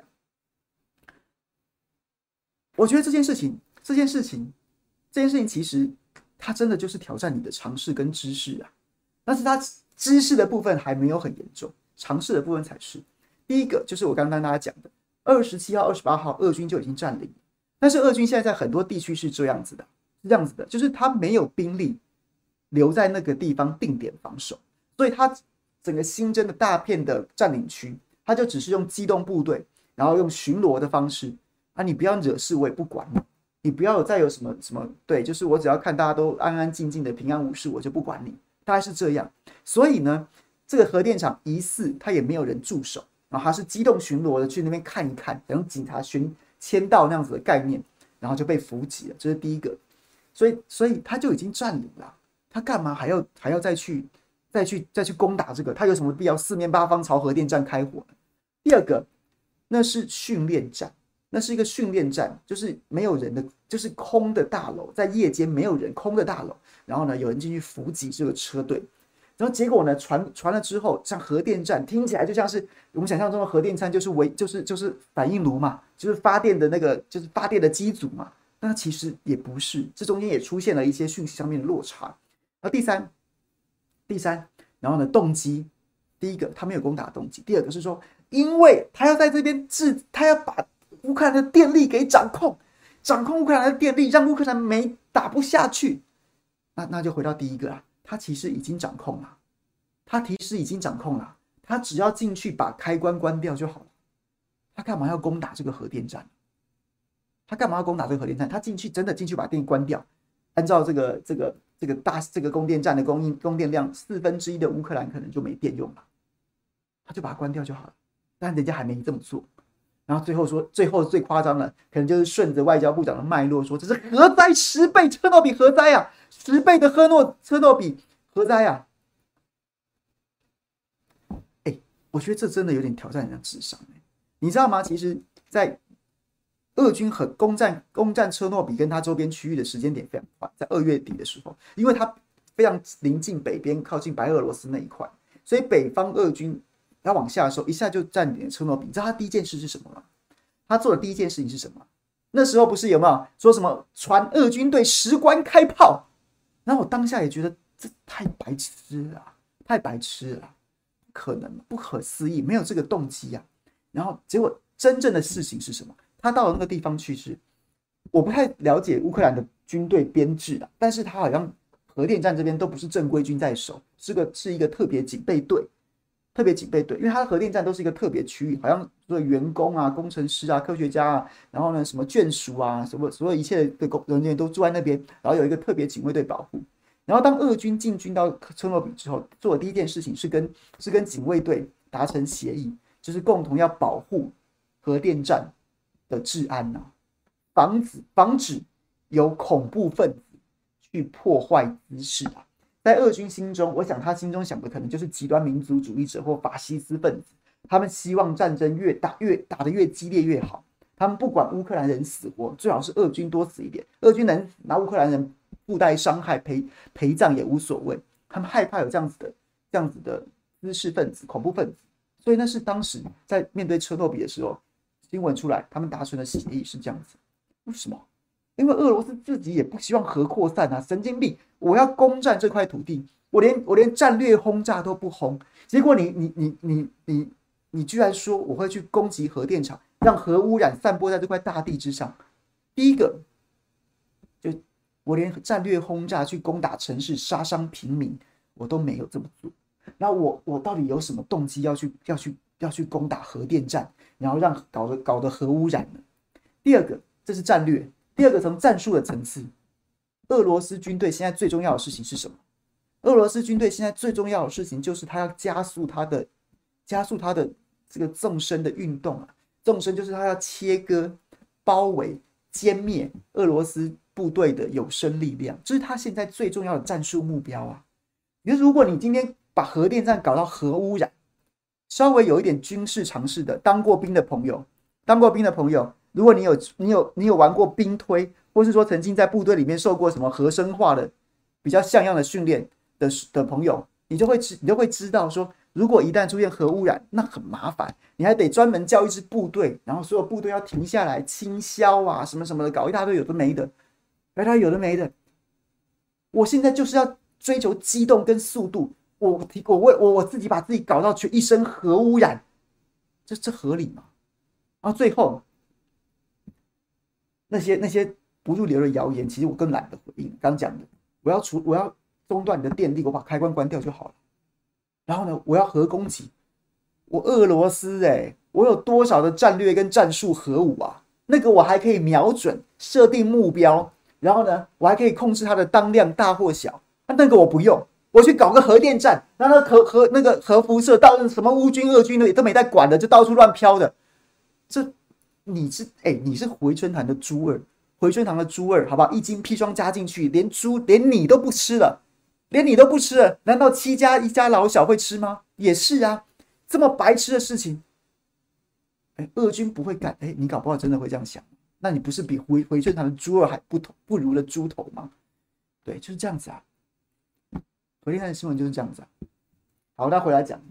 我觉得这件事情其实它真的就是挑战你的常识跟知识啊，但是它知识的部分还没有很严重，常识的部分才是。第一个就是我刚刚大家讲的，27号、28号，俄军就已经占领，但是俄军现在在很多地区是这样子的，就是他没有兵力留在那个地方定点防守，所以他整个新增的大片的占领区，他就只是用机动部队，然后用巡逻的方式啊，你不要惹事，我也不管你。你不要再有什么，对，就是我只要看大家都安安静静的平安无事，我就不管你，大概是这样。所以呢，这个核电厂疑似他也没有人驻守，然后他是机动巡逻的去那边看一看，等警察签到那样子的概念，然后就被伏击了，这是第一个。所以他就已经占领了，他干嘛还要再去攻打这个？他有什么必要四面八方朝核电站开火呢？第二个，那是训练站。那是一个训练站，就是没有人的，就是空的大楼，在夜间没有人，空的大楼。然后呢，有人进去伏击这个车队，然后结果呢，传了之后，像核电站听起来就像是我们想象中的核电站，就是反应炉嘛，就是发电的那个，就是发电的机组嘛。那其实也不是，这中间也出现了一些讯息上面的落差。然后第三，然后呢，动机，第一个他没有攻打动机，第二个是说，因为他要在这边他要把乌克兰的电力给掌控乌克兰的电力，让乌克兰没打不下去。那就回到第一个啦，他其实已经掌控了，他只要进去把开关关掉就好了。他干嘛要攻打这个核电站？他进去真的进去把电关掉，按照这个供电站的供电量1/4的乌克兰可能就没电用了，他就把它关掉就好了。但人家还没这么做。然后最后最夸张的，可能就是顺着外交部长的脉络说，这是核灾10倍，车诺比核灾啊，10倍的车诺比核灾啊！我觉得这真的有点挑战人家智商你知道吗？其实，在俄军攻占车诺比跟他周边区域的时间点非常快，在2月底的时候，因为它非常临近北边，靠近白俄罗斯那一块，所以北方俄军他往下的时候，一下就占领了车诺比。你知道他第一件事是什么吗？ 他做的第一件事情是什么？那时候不是有没有说什么传俄军对石棺开炮？然后我当下也觉得这太白痴了，太白痴了，不可能，不可思议，没有这个动机呀、然后结果真正的事情是什么？他到了那个地方去是，我不太了解乌克兰的军队编制啊，但是他好像核电站这边都不是正规军在守，是一个特别警备队，特别警备队，因为它的核电站都是一个特别区域，好像所有员工啊、工程师啊、科学家啊，然后呢什么眷属啊，所有一切的人员都住在那边，然后有一个特别警卫队保护。然后当俄军进军到车诺比之后，做的第一件事情是跟警卫队达成协议，就是共同要保护核电站的治安呐、防止有恐怖分子去破坏姿势啊。在俄军心中，我想他心中想的可能就是极端民族主义者或法西斯分子，他们希望战争越打得越激烈越好。他们不管乌克兰人死活，最好是俄军多死一点，俄军能拿乌克兰人附带伤害陪葬也无所谓。他们害怕有这样子的知识分子、恐怖分子，所以那是当时在面对车诺比的时候，新闻出来，他们达成的协议是这样子。为什么？因为俄罗斯自己也不希望核扩散啊，神经病！我要攻占这块土地，我连战略轰炸都不轰，结果你居然说我会去攻击核电厂，让核污染散播在这块大地之上。第一个，就我连战略轰炸去攻打城市、杀伤平民，我都没有这么做。那我到底有什么动机要去攻打核电站，然后让搞得核污染呢？第二个，这是战略。第二个，从战术的层次，俄罗斯军队现在最重要的事情是什么？俄罗斯军队现在最重要的事情就是他要加速他的这个纵深的运动啊，纵深就是他要切割、包围、歼灭俄罗斯部队的有生力量，这是他现在最重要的战术目标啊。如果你今天把核电站搞到核污染，稍微有一点军事常识的，当过兵的朋友，如果你有玩过兵推，或是说曾经在部队里面受过什么核生化的比较像样的训练的朋友，你就会知道说，如果一旦出现核污染，那很麻烦，你还得专门叫一支部队，然后所有部队要停下来清消啊，什么什么的，搞一大堆有的没的，有的没的。我现在就是要追求机动跟速度，我自己把自己搞到一身核污染，这合理吗？然后最后那些不入流的谣言，其实我更懒得回应。刚讲的，我要中断你的电力，我把开关关掉就好了。然后呢，我要核攻击，我俄罗斯我有多少的战略跟战术核武啊？那个我还可以瞄准设定目标，然后呢，我还可以控制它的当量大或小。那个我不用，我去搞个核电站，然后那个核辐射到什么乌军、俄军的也都没在管的，就到处乱飘的。这你是回春堂的猪二，回春堂的猪二，好不好？一斤砒霜加进去，连你都不吃了，连你都不吃了，难道一家老小会吃吗？也是啊，这么白痴的事情，俄军不会干，你搞不好真的会这样想，那你不是比回春堂的猪二还不如的猪头吗？对，就是这样子啊，回春堂的新闻就是这样子啊。好，那回来讲。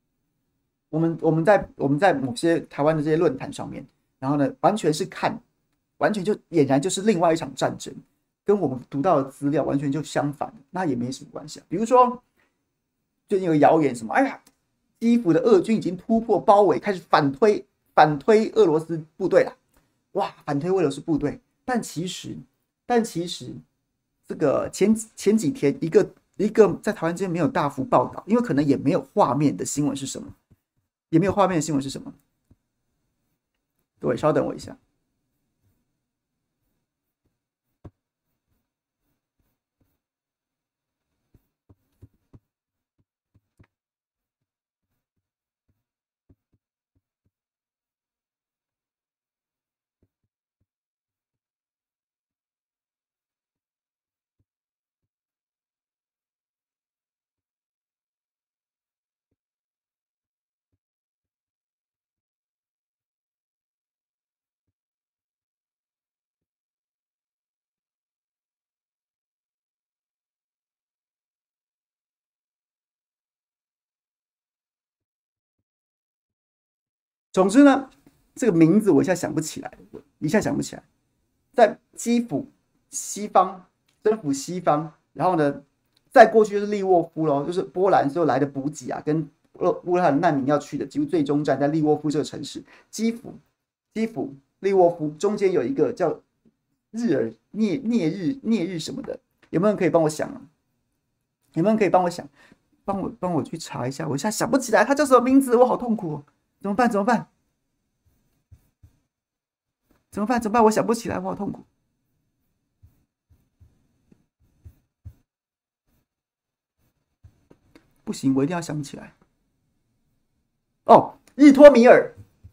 我们在某些台湾的这些论坛上面，然后呢，完全就俨然就是另外一场战争，跟我们读到的资料完全就相反，那也没什么关系啊。比如说最近有个谣言什么，哎呀，基辅的俄军已经突破包围，开始反推俄罗斯部队了，哇，反推俄罗斯部队，但其实这个前几天一个在台湾这边没有大幅报道，因为可能也没有画面的新闻是什么？也没有画面的新闻是什么？各位稍等我一下。总之呢， 这个名字我一下想不起来，一下想不起来。在基辅西方征服西方，然后呢，再过去就是利沃夫咯，就是波兰所有来的补给啊，跟乌克兰难民要去的几乎最终站在利沃夫这个城市。基辅、利沃夫中间有一个叫日尔涅日什么的，有没有人可以帮我想啊？有没有人可以帮我想？帮我去查一下，我一下想不起来他叫什么名字，我好痛苦哦，怎么办？怎么办？怎么办？怎么办？我想不起来，我好痛苦。不行，我一定要想起来。哦，日托米尔。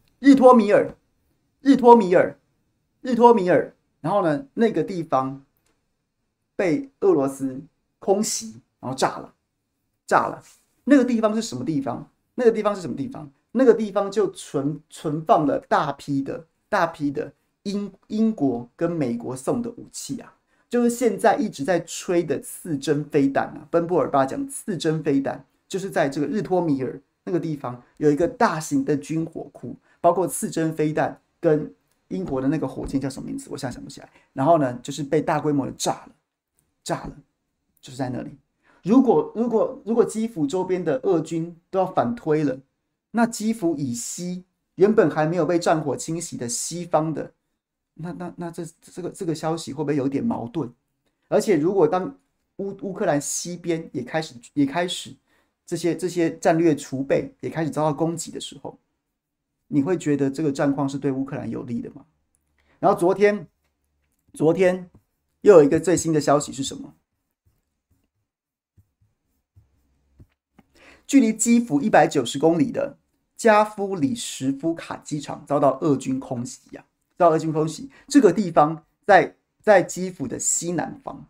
然后呢，那个地方被俄罗斯空袭，然后炸了。那个地方是什么地方？那个地方就存放了大批的英国跟美国送的武器啊，就是现在一直在吹的刺针飞弹啊。奔波尔巴讲刺针飞弹，就是在这个日托米尔那个地方有一个大型的军火库，包括刺针飞弹跟英国的那个火箭叫什么名字，我现在想不起来。然后呢，就是被大规模的炸了，就是在那里。如果基辅周边的俄军都要反推了，那基辅以西原本还没有被战火侵袭的西方的，那这个消息会不会有点矛盾？而且如果当乌克兰西边也开始这些战略储备也开始遭到攻击的时候，你会觉得这个战况是对乌克兰有利的吗？然后昨天又有一个最新的消息是什么？距离基辅190公里的加夫里什夫卡机场遭到俄军空袭呀！这个地方在基辅的西南方，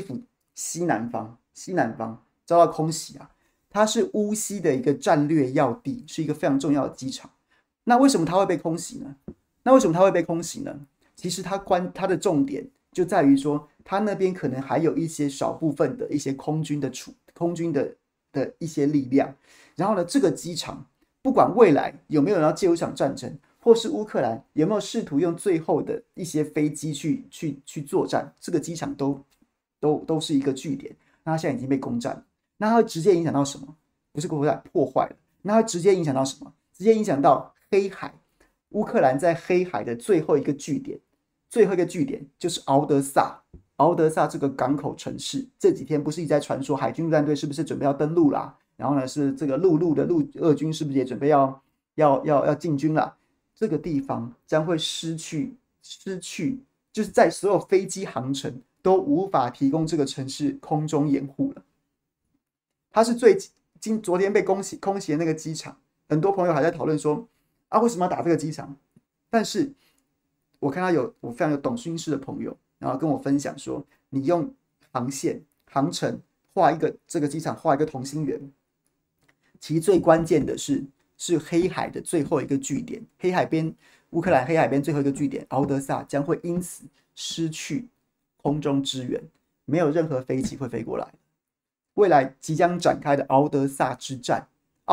遭到空袭啊！它是乌西的一个战略要地，是一个非常重要的机场。那为什么它会被空袭呢？其实它的重点就在于说，它那边可能还有一些少部分的一些空军的一些力量。然后呢，这个机场不管未来有没有人要介入一场战争，或是乌克兰有没有试图用最后的一些飞机去作战，这个机场都是一个据点。那它现在已经被攻占了，那它会直接影响到什么？不是破坏了，那它直接影响到什么？直接影响到黑海。乌克兰在黑海的最后一个据点就是敖德萨这个港口城市，这几天不是一直在传说海军陆战队是不是准备要登陆啦？然后呢，是这个陆路的俄军是不是也准备要进军啦？这个地方将会失去，就是在所有飞机航程都无法提供这个城市空中掩护了。它是昨天被空袭的那个机场，很多朋友还在讨论说啊，为什么要打这个机场？但是我看到我非常有懂军事的朋友，然后跟我分享说，你用航程画这个机场画一个同心圆，其实最关键的是黑海的最后一个据点，乌克兰黑海边最后一个据点敖德萨将会因此失去空中支援，没有任何飞机会飞过来。未来即将展开的奥德萨之战，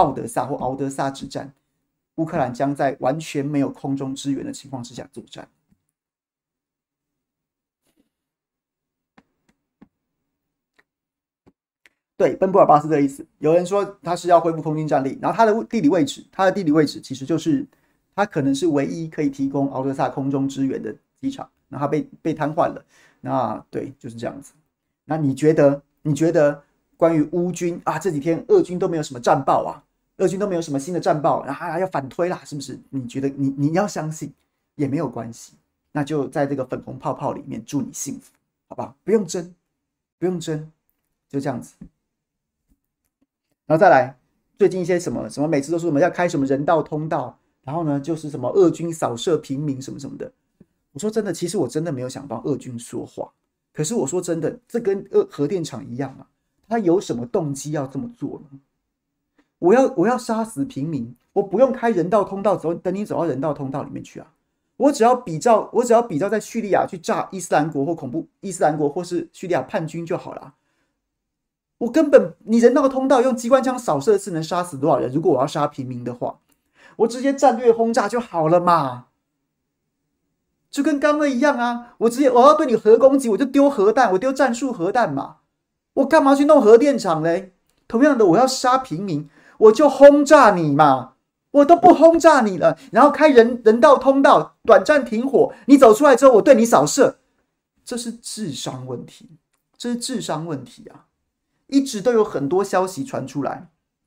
乌克兰将在完全没有空中支援的情况之下作战。对，奔波尔巴斯的意思。有人说他是要恢复空军战力，然后他的地理位置其实就是他可能是唯一可以提供敖德萨空中支援的机场，那他被瘫痪了。那对，就是这样子。那你觉得关于乌军啊，这几天俄军都没有什么战报啊，俄军都没有什么新的战报，然后要反推啦，是不是？你觉得你要相信也没有关系，那就在这个粉红泡泡里面祝你幸福，好不好？不用争，就这样子。然后再来，最近一些什么每次都说我们要开什么人道通道，然后呢就是什么俄军扫射平民什么什么的。我说真的，其实我真的没有想帮俄军说话。可是我说真的，这跟核电厂一样啊，他有什么动机要这么做呢？我要杀死平民，我不用开人道通道，等你走到人道通道里面去啊。我只要比照在叙利亚去炸伊斯兰国或恐怖伊斯兰国或是叙利亚叛军就好了。我根本你人道通道用机关枪扫射是能杀死多少人？如果我要杀平民的话，我直接战略轰炸就好了嘛。 就跟刚刚一样啊，我要对你核攻击，我就丢核弹，我丢战术核弹嘛，我干嘛去弄核电厂嘞？同样的，我要杀平民，我就轰炸你嘛，我都不轰炸你了，然后开人道通道，短暂停火，你走出来之后，我对你扫射，这是智商问题，这是智商问题啊！一直都有很多消息传出来，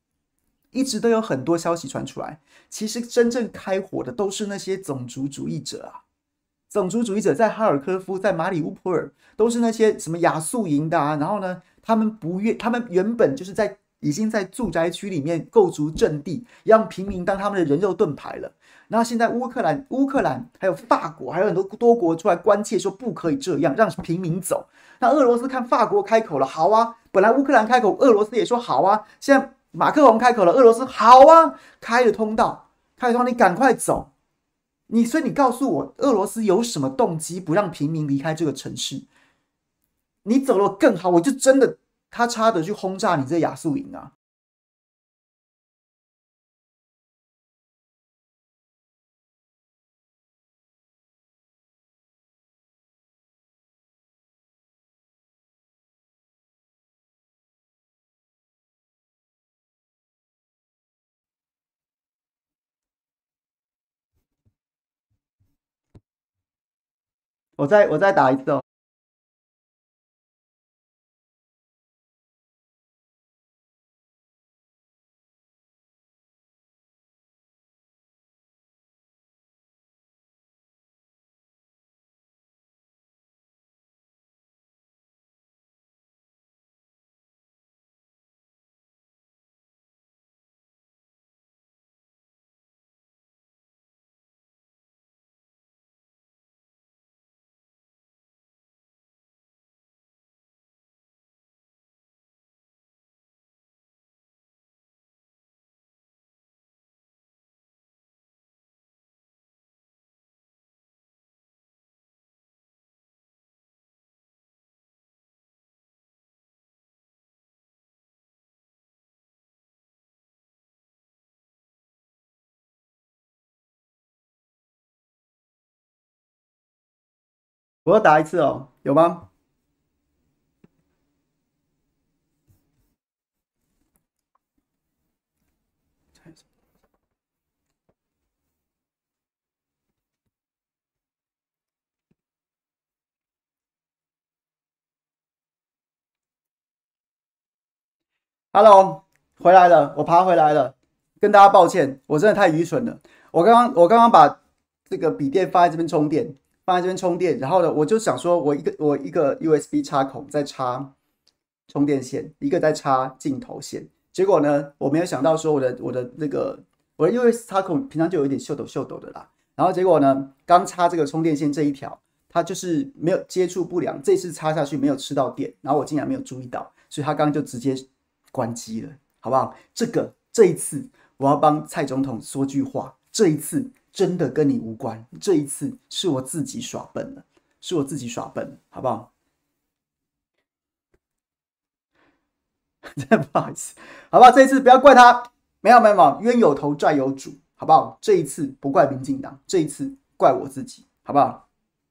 其实真正开火的都是那些种族主义者啊。种族主义者在哈尔科夫、在马里乌波尔都是那些什么亚速营的啊，然后呢，他们原本就是已经在住宅区里面构筑阵地，让平民当他们的人肉盾牌了。然后现在乌克兰还有法国还有很多国出来关切说不可以这样，让平民走。那俄罗斯看法国开口了，好啊，本来乌克兰开口，俄罗斯也说好啊，现在马克龙开口了，俄罗斯好啊，开了通道，你赶快走。所以你告诉我，俄罗斯有什么动机不让平民离开这个城市？你走了更好，我就真的咔嚓的去轰炸你这亚速营啊！我再打一次哦。我要打一次哦，有吗？Hello，回来了，我爬回来了，跟大家抱歉，我真的太愚蠢了。我刚刚把这个笔电放在这边充电，然后呢，我就想说我一个 USB 插孔在插充电线，一个在插镜头线，结果呢，我没有想到说我的 USB 插孔平常就有一点秀抖的啦，然后结果呢，刚插这个充电线这一条，它就是没有接触不良，这次插下去没有吃到电，然后我竟然没有注意到，所以它刚刚就直接关机了，好不好？这一次我要帮蔡总统说句话，这一次真的跟你无关，这一次是我自己耍笨了，好不好？真的不好意思，好不好？这一次不要怪他，没有，冤有头债有主，好不好？这一次不怪民进党，这一次怪我自己，好不好？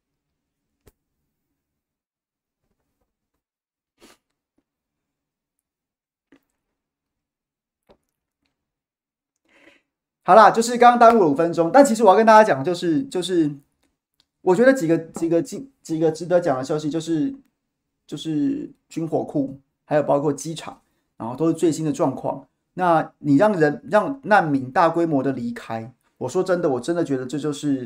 好啦，就是刚刚耽误了5分钟，但其实我要跟大家讲，我觉得几个值得讲的消息，就是军火库，还有包括机场，然后都是最新的状况。那你让难民大规模的离开，我说真的，我真的觉得这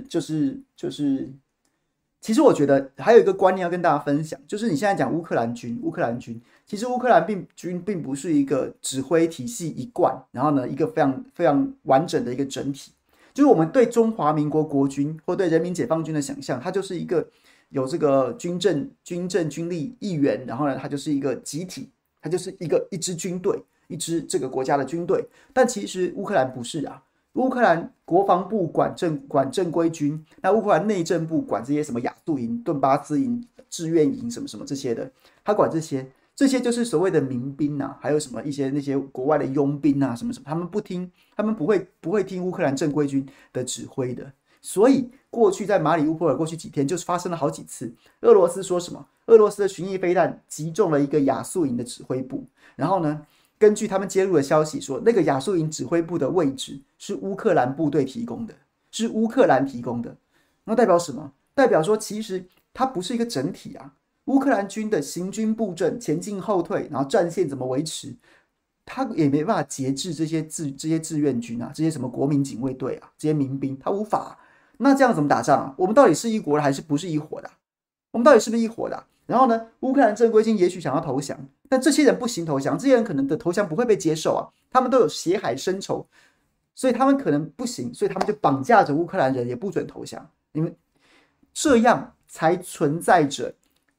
其实我觉得还有一个观念要跟大家分享，就是你现在讲乌克兰军，其实乌克兰军并不是一个指挥体系一贯，然后呢一个非常非常完整的一个整体。就是我们对中华民国国军或对人民解放军的想象，它就是一个有这个军力一员，然后呢，它就是一个集体，它就是一支军队，一支这个国家的军队。但其实乌克兰不是啊，乌克兰国防部管正规军，那乌克兰内政部管这些什么亚速营、顿巴斯营、志愿营什么什么这些的，他管这些。这些就是所谓的民兵啊，还有什么一些那些国外的佣兵啊，什么什么，他们不听，他们不会听乌克兰正规军的指挥的。 所以过去在马里乌波尔过去几天就是发生了好几次，俄罗斯说什么？俄罗斯的巡弋飞弹击中了一个亚速营的指挥部，然后呢，根据他们揭露的消息说，那个亚速营指挥部的位置是乌克兰部队提供的，是乌克兰提供的。那代表什么？代表说其实它不是一个整体啊。乌克兰军的行军布阵、前进后退，然后战线怎么维持，他也没办法节制这些志愿军啊，这些什么国民警卫队啊，这些民兵，他无法啊。那这样怎么打仗啊？我们到底是一国的还是不是一伙的啊？我们到底是不是一伙的啊？然后呢，乌克兰正规军也许想要投降，但这些人不行投降，这些人可能的投降不会被接受啊，他们都有血海深仇，所以他们可能不行，所以他们就绑架着乌克兰人，也不准投降。你们这样才存在着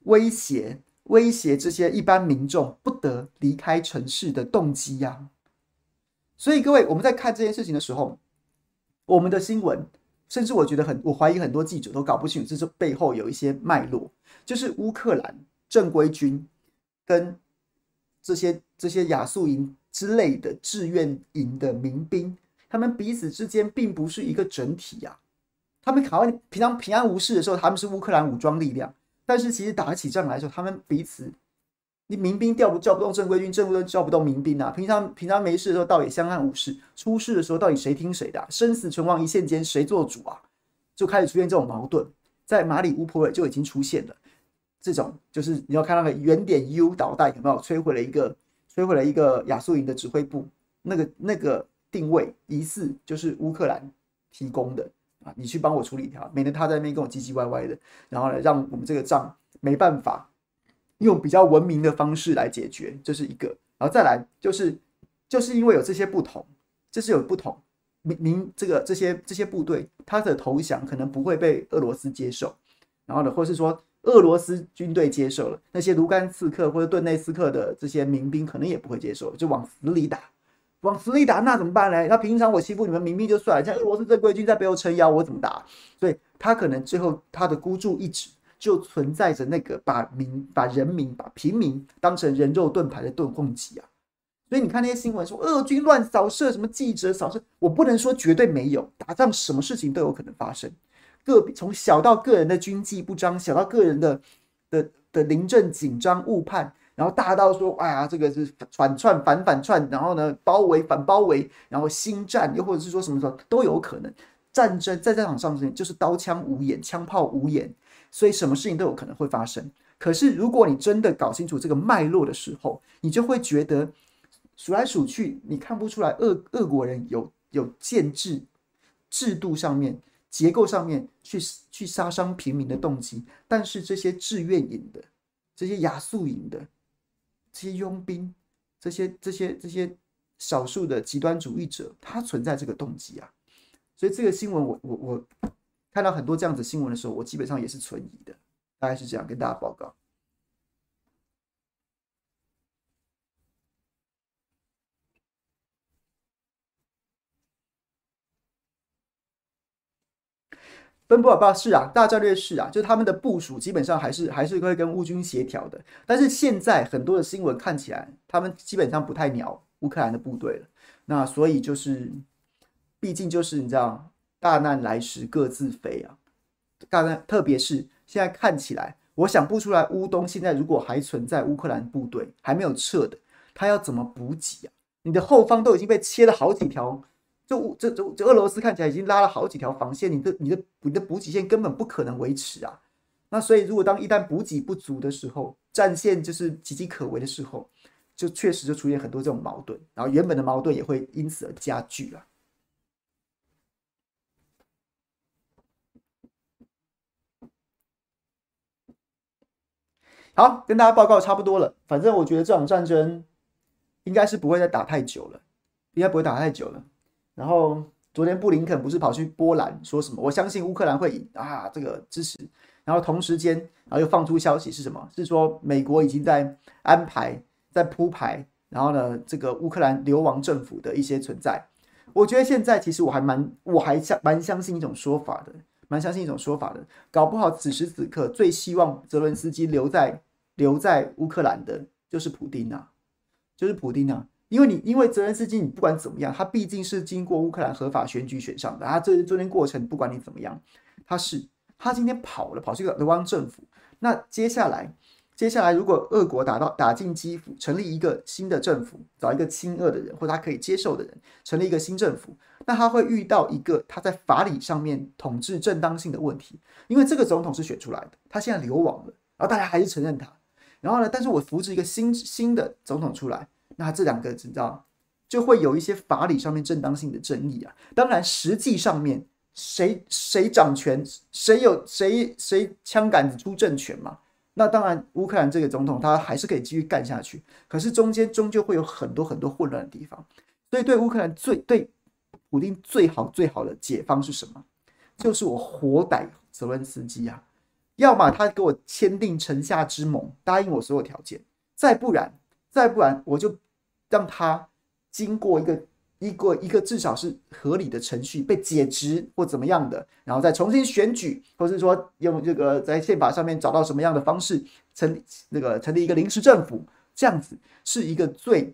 威胁这些一般民众不得离开城市的动机呀。所以各位，我们在看这件事情的时候，我们的新闻，甚至我怀疑很多记者都搞不清楚这背后有一些脉络，就是乌克兰正规军跟这些亚速营之类的志愿营的民兵，他们彼此之间并不是一个整体呀。他们好像平常平安无事的时候，他们是乌克兰武装力量。但是其实打起仗来说，他们彼此，你民兵叫不动正规军，正规军叫不动民兵啊。平常没事的时候，到底相安无事；出事的时候，到底谁听谁的啊？生死存亡一线间，谁做主啊？就开始出现这种矛盾，在马里乌波尔就已经出现了。这种就是你要看那个原点 U 导弹有没有摧毁了一个亚速营的指挥部，那个定位疑似就是乌克兰提供的。你去帮我处理一条，免得他在那边跟我唧唧歪歪的，然后呢，让我们这个仗没办法用比较文明的方式来解决，这是一个。然后再来就是因为有这些不同，就是有不同，这些部队他的投降可能不会被俄罗斯接受，然后呢，或是说俄罗斯军队接受了，那些卢甘斯克或者顿内斯克的这些民兵可能也不会接受，就往死里打。往死里打，那怎么办呢？那平常我欺负你们民兵就算了，像俄罗斯正规军在背后撑腰，我怎么打？所以他可能最后他的孤注一掷，就存在着那个把人民、把平民当成人肉盾牌的盾供给啊。所以你看那些新闻说俄军乱扫射，什么记者扫射，我不能说绝对没有，打仗什么事情都有可能发生。从小到个人的军纪不彰，小到个人的临阵紧张误判。然后大到说，哎呀，这个是反串、反串，然后呢，包围、反包围，然后心战，又或者是说什么时候都有可能。战争在战场上就是刀枪无眼、枪炮无眼，所以什么事情都有可能会发生。可是如果你真的搞清楚这个脉络的时候，你就会觉得数来数去，你看不出来俄国人有建制度上面、结构上面去杀伤平民的动机，但是这些志愿营的、这些亚速营的。这些佣兵，这些少数的极端主义者，他存在这个动机啊，所以这个新闻我看到很多这样子新闻的时候，我基本上也是存疑的，大概是这样跟大家报告。奔波尔报是啊，大战略是啊，就是他们的部署基本上还是会跟乌军协调的。但是现在很多的新闻看起来，他们基本上不太鸟乌克兰的部队了。那所以就是，毕竟就是你知道，大难来时各自飞啊。大难，特别是现在看起来，我想不出来乌东现在如果还存在乌克兰部队还没有撤的，他要怎么补给啊？你的后方都已经被切了好几条。这俄罗斯看起来已经拉了好几条防线，你的补给线根本不可能维持啊。那所以如果一旦补给不足的时候，战线就是岌岌可危的时候，就确实就出现很多这种矛盾，然后原本的矛盾也会因此而加剧啊。好，跟大家报告差不多了。反正我觉得这场战争应该是不会再打太久了，应该不会打太久了。然后昨天布林肯不是跑去波兰说什么？我相信乌克兰会赢啊，这个支持。然后同时间，然后又放出消息是什么？是说美国已经在安排、在铺排，然后呢，这个乌克兰流亡政府的一些存在。我觉得现在其实我还蛮相信一种说法的，搞不好此时此刻最希望泽伦斯基留在乌克兰的就是普丁啊，就是普丁啊。 因为泽连斯基你不管怎么样，他毕竟是经过乌克兰合法选举选上的，他这中间过程不管你怎么样，他今天跑去流亡政府，那接下来如果俄国打进基辅，成立一个新的政府，找一个亲俄的人或者他可以接受的人，成立一个新政府，那他会遇到一个他在法理上面统治正当性的问题，因为这个总统是选出来的，他现在流亡了，然后大家还是承认他，然后呢，但是我扶植一个新的总统出来，那这两个你知道就会有一些法理上面正当性的争议啊。当然，实际上面谁掌权，谁枪杆子出政权嘛。那当然，乌克兰这个总统他还是可以继续干下去，可是中间终究会有很多很多混乱的地方。所以对乌克兰对普丁最好的解方是什么？就是我活逮泽伦斯基啊，要么他给我签订城下之盟，答应我所有条件，再不然我就让他经过一个至少是合理的程序被解职或怎么样的，然后再重新选举，或是说用这个在宪法上面找到什么样的方式成立一个临时政府，这样子是一个最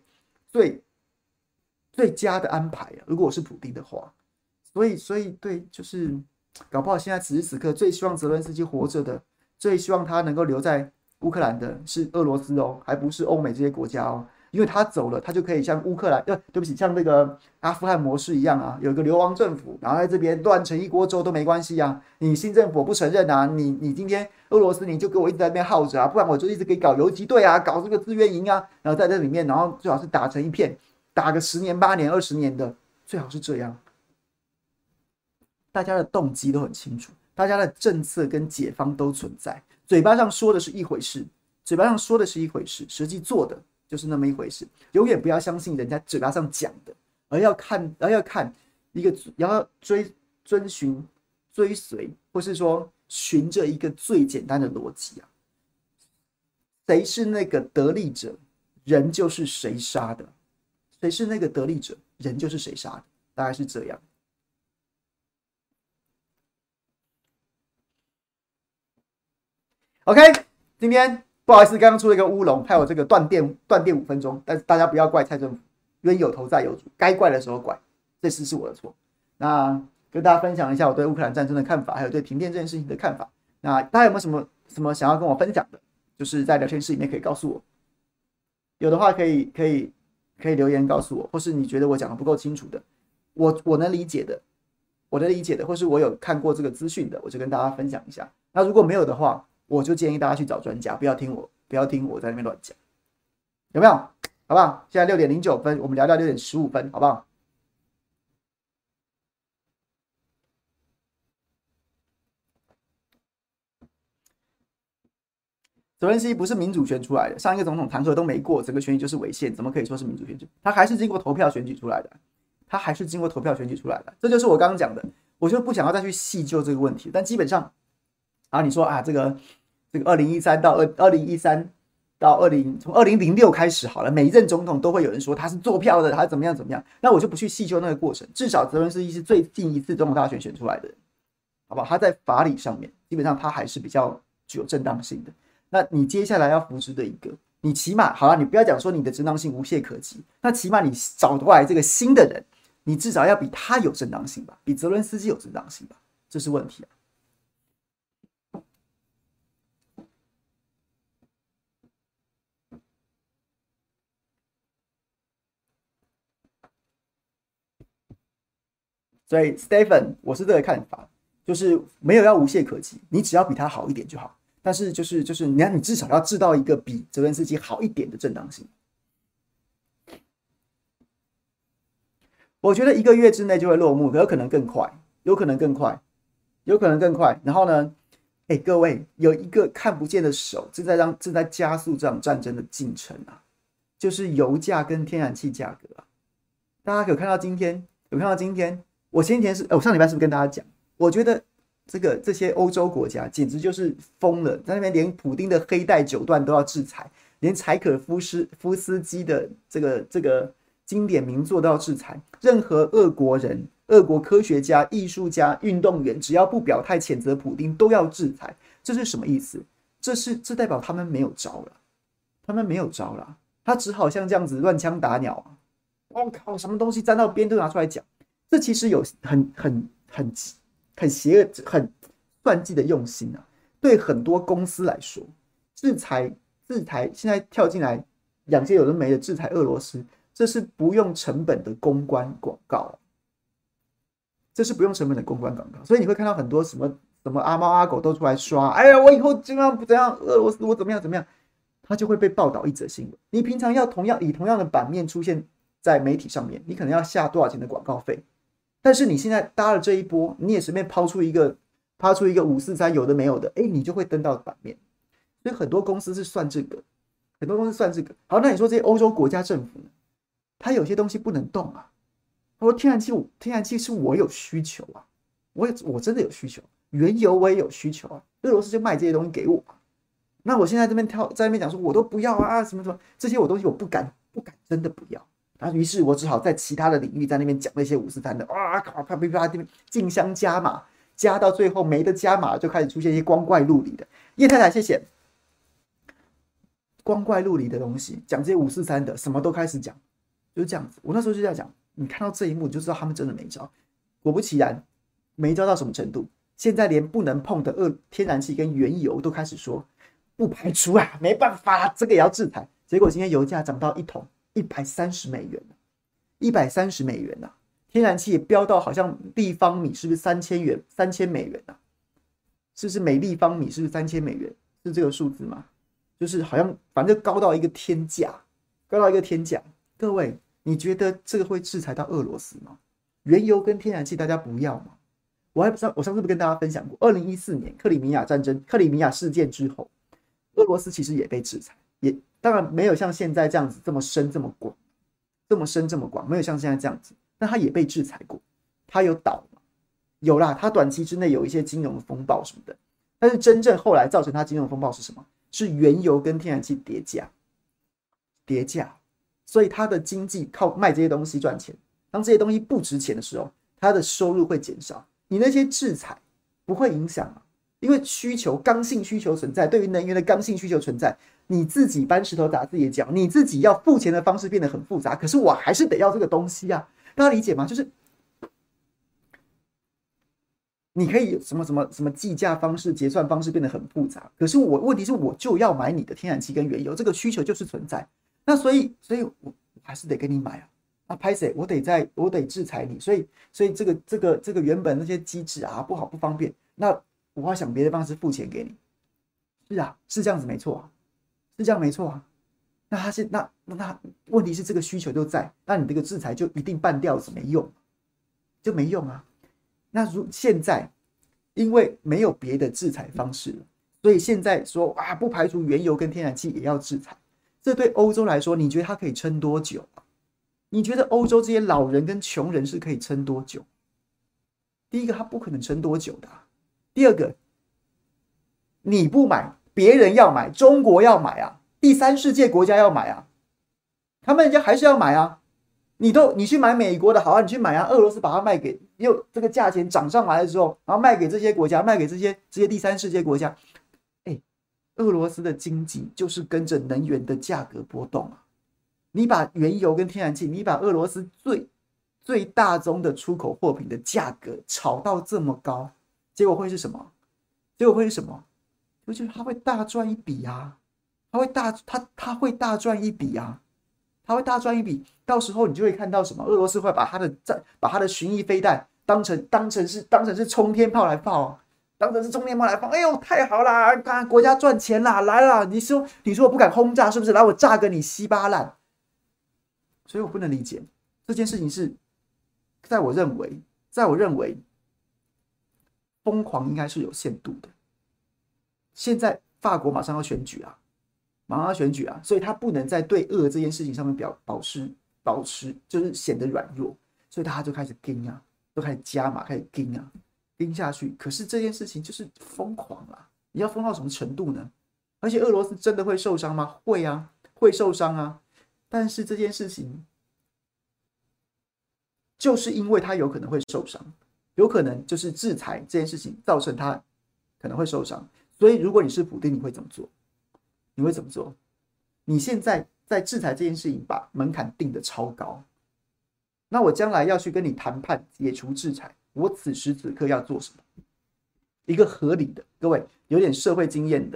佳的安排啊。如果我是普丁的话，所以对，就是搞不好现在此时此刻最希望泽伦斯基活着的，最希望他能够留在乌克兰的是俄罗斯哦，还不是欧美这些国家哦。因为他走了，他就可以像乌克兰，对不起，像那个阿富汗模式一样啊，有一个流亡政府，然后在这边乱成一锅粥都没关系啊。你新政府不承认啊，你今天俄罗斯你就给我一直在那边耗着啊，不然我就一直给你搞游击队啊，搞这个志愿营啊，然后在这里面，然后最好是打成一片，打个10年、8年、20年的，最好是这样。大家的动机都很清楚，大家的政策跟解方都存在，嘴巴上说的是一回事，实际做的就是那么一回事。永远不要相信人家嘴巴上讲的，而要看一个，要追随，或是说循着一个最简单的逻辑啊。谁是那个得利者，人就是谁杀的；谁是那个得利者，人就是谁杀的，大概是这样。OK， 今天不好意思，刚刚出了一个乌龙，害我这个断电5分钟，但是大家不要怪蔡政府，因为有头债有主，该怪的时候怪，这次是我的错。那跟大家分享一下我对乌克兰战争的看法，还有对停电这件事情的看法。那大家有没有什么想要跟我分享的？就是在聊天室里面可以告诉我，有的话可以留言告诉我，或是你觉得我讲的不够清楚的，我能理解的，或是我有看过这个资讯的，我就跟大家分享一下。那如果没有的话，我就建议大家去找专家，不要听我在那边乱讲，有没有？好不好？现在6:09，我们聊到6:15，好不好？泽连斯基不是民主选出来的，上一个总统弹劾都没过，整个选举就是违宪，怎么可以说是民主选举？他还是经过投票选举出来的，这就是我刚刚讲的，我就不想要再去细究这个问题。但基本上，你说啊，这个2013到从2006开始好了，每一任总统都会有人说他是做票的，他怎么样，那我就不去细究那个过程。至少泽连斯基是最近一次总统大选选出来的人，好不好？他在法理上面，基本上他还是比较具有正当性的。那你接下来要扶持的一个，你起码好了，你不要讲说你的正当性无懈可击，那起码你找过来这个新的人，你至少要比他有正当性吧，比泽伦斯基有正当性吧，这是问题啊。所以 Stephen， 我是这个看法，就是没有要无懈可击，你只要比他好一点就好。但是就是你至少要知道一个比泽连斯基好一点的正当性。我觉得1个月之内就会落幕，有可能更快。然后呢，各位有一个看不见的手正在加速这场战争的进程啊，就是油价跟天然气价格啊。大家有看到今天？我前几天我上礼拜是不是跟大家讲？我觉得这些欧洲国家简直就是疯了，在那边连普丁的黑带9段都要制裁，连柴可夫斯基的这个经典名作都要制裁。任何俄国人、俄国科学家、艺术家、运动员，只要不表态谴责普丁，都要制裁。这是什么意思？这代表他们没有招了，他只好像这样子乱枪打鸟啊， 我靠，什么东西沾到边都拿出来讲，这其实有很邪恶、很算计的用心啊。对很多公司来说，制裁现在跳进来，养些有的没的制裁俄罗斯，这是不用成本的公关广告，这是不用成本的公关广告。所以你会看到很多什么阿猫阿狗都出来刷，哎呀，我以后怎样怎样，俄罗斯我怎么样怎么样，他就会被报道一则新闻。你平常要以同样的版面出现在媒体上面，你可能要下多少钱的广告费？但是你现在搭了这一波，你也随便抛出一个543有的没有的，你就会登到版面。所以很多公司是算这个，很多公司算这个。好，那你说这些欧洲国家政府呢？它有些东西不能动啊。他说天然气是我有需求啊，我真的有需求，原油我也有需求啊，俄罗斯就卖这些东西给我。那我现在这边在那边讲说，我都不要啊，什么什么这些东西我不敢真的不要。然后于是我只好在其他的领域在那边讲那些543的，哇靠，啪这边竞相加码，加到最后没得加码，就开始出现一些光怪陆离的。叶太太，谢谢。光怪陆离的东西，讲这些543的，什么都开始讲，就是这样子。我那时候就在讲，你看到这一幕，你就知道他们真的没招。果不其然，没招到什么程度？现在连不能碰的天然气跟原油都开始说不排除啊，没办法啦，这个也要制裁。结果今天油价涨到1桶$130，$130啊！天然气也飙到好像立方米是不是$3000啊？是不是每立方米是不是$3000？是这个数字吗？就是好像反正高到一个天价，各位，你觉得这个会制裁到俄罗斯吗？原油跟天然气大家不要吗？我上次不跟大家分享过，2014年克里米亚事件之后，俄罗斯其实也被制裁，也当然没有像现在这样子这么深这么广，没有像现在这样子，但他也被制裁过，他有倒吗？有啦，他短期之内有一些金融风暴什么的，但是真正后来造成他金融风暴是什么？是原油跟天然气跌价，所以他的经济靠卖这些东西赚钱。当这些东西不值钱的时候，他的收入会减少。你那些制裁不会影响啊，因为刚性需求存在，对于能源的刚性需求存在，你自己搬石头打自己的脚，你自己要付钱的方式变得很复杂，可是我还是得要这个东西啊，大家理解吗？就是你可以什么计价方式、结算方式变得很复杂，可是问题是我就要买你的天然气跟原油，这个需求就是存在。那所以我还是得跟你买啊。那拍谁？我得制裁你，所以这个原本那些机制啊不好不方便，那我要想别的方式付钱给你。是啊，是这样子没错啊，是这样没错啊。那问题是这个需求就在，那你这个制裁就一定半吊子没用，就没用啊。那现在因为没有别的制裁方式了，所以现在说啊，不排除原油跟天然气也要制裁。这对欧洲来说，你觉得它可以撑多久啊？你觉得欧洲这些老人跟穷人是可以撑多久？第一个，他不可能撑多久的啊。第二个，你不买，别人要买，中国要买啊，第三世界国家要买啊，他们人家还是要买啊。你去买美国的好啊，你去买啊，俄罗斯把它卖给，又这个价钱涨上来的时候，然后卖给这些国家，卖给这些第三世界国家，俄罗斯的经济就是跟着能源的价格波动啊。你把原油跟天然气，你把俄罗斯最大宗的出口货品的价格炒到这么高，结果会是什么？就是他会大赚一笔啊，他会大赚一笔啊。到时候你就会看到什么？俄罗斯会把他的巡弋飞弹当成是冲天炮来放啊，哎呦，太好啦！看国家赚钱啦，来啦！你说我不敢轰炸是不是？来，我炸个你稀巴烂！所以我不能理解这件事情是，在我认为，疯狂应该是有限度的。现在法国马上要选举啊。所以他不能在对俄这件事情上面保持就是显得软弱，所以他就开始盯啊，就开始加码，开始盯下去。可是这件事情就是疯狂啊！你要疯到什么程度呢？而且俄罗斯真的会受伤吗？会啊，会受伤啊。但是这件事情就是因为他有可能会受伤，有可能就是制裁这件事情造成他可能会受伤。所以如果你是普丁，你会怎么做？你现在在制裁这件事情把门槛定得超高， 那我将来要去跟你谈判解除制裁，我此时此刻要做什么？一个合理的，各位有点社会经验的，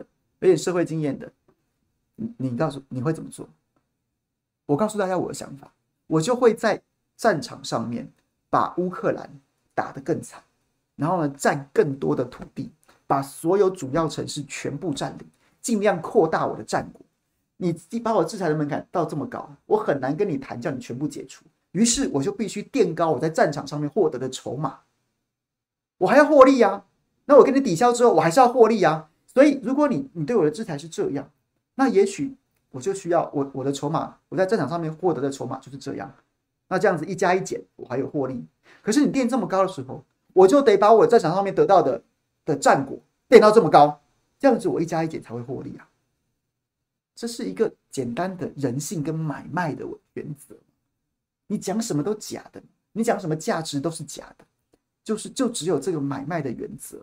你告诉你会怎么做？我告诉大家我的想法，我就会在战场上面把乌克兰打得更惨，然后呢占更多的土地，把所有主要城市全部占领，尽量扩大我的战果。你把我制裁的门槛到这么高，我很难跟你谈叫你全部解除。于是我就必须垫高我在战场上面获得的筹码，我还要获利啊。那我跟你抵消之后，我还是要获利啊。所以如果你对我的制裁是这样，那也许我就需要我的筹码，我在战场上面获得的筹码就是这样。那这样子一加一减，我还有获利。可是你垫这么高的时候，我就得把我战场上面得到的战果垫到这么高，这样子我一加一减才会获利啊。这是一个简单的人性跟买卖的原则。你讲什么都假的，你讲什么价值都是假的，就只有这个买卖的原则。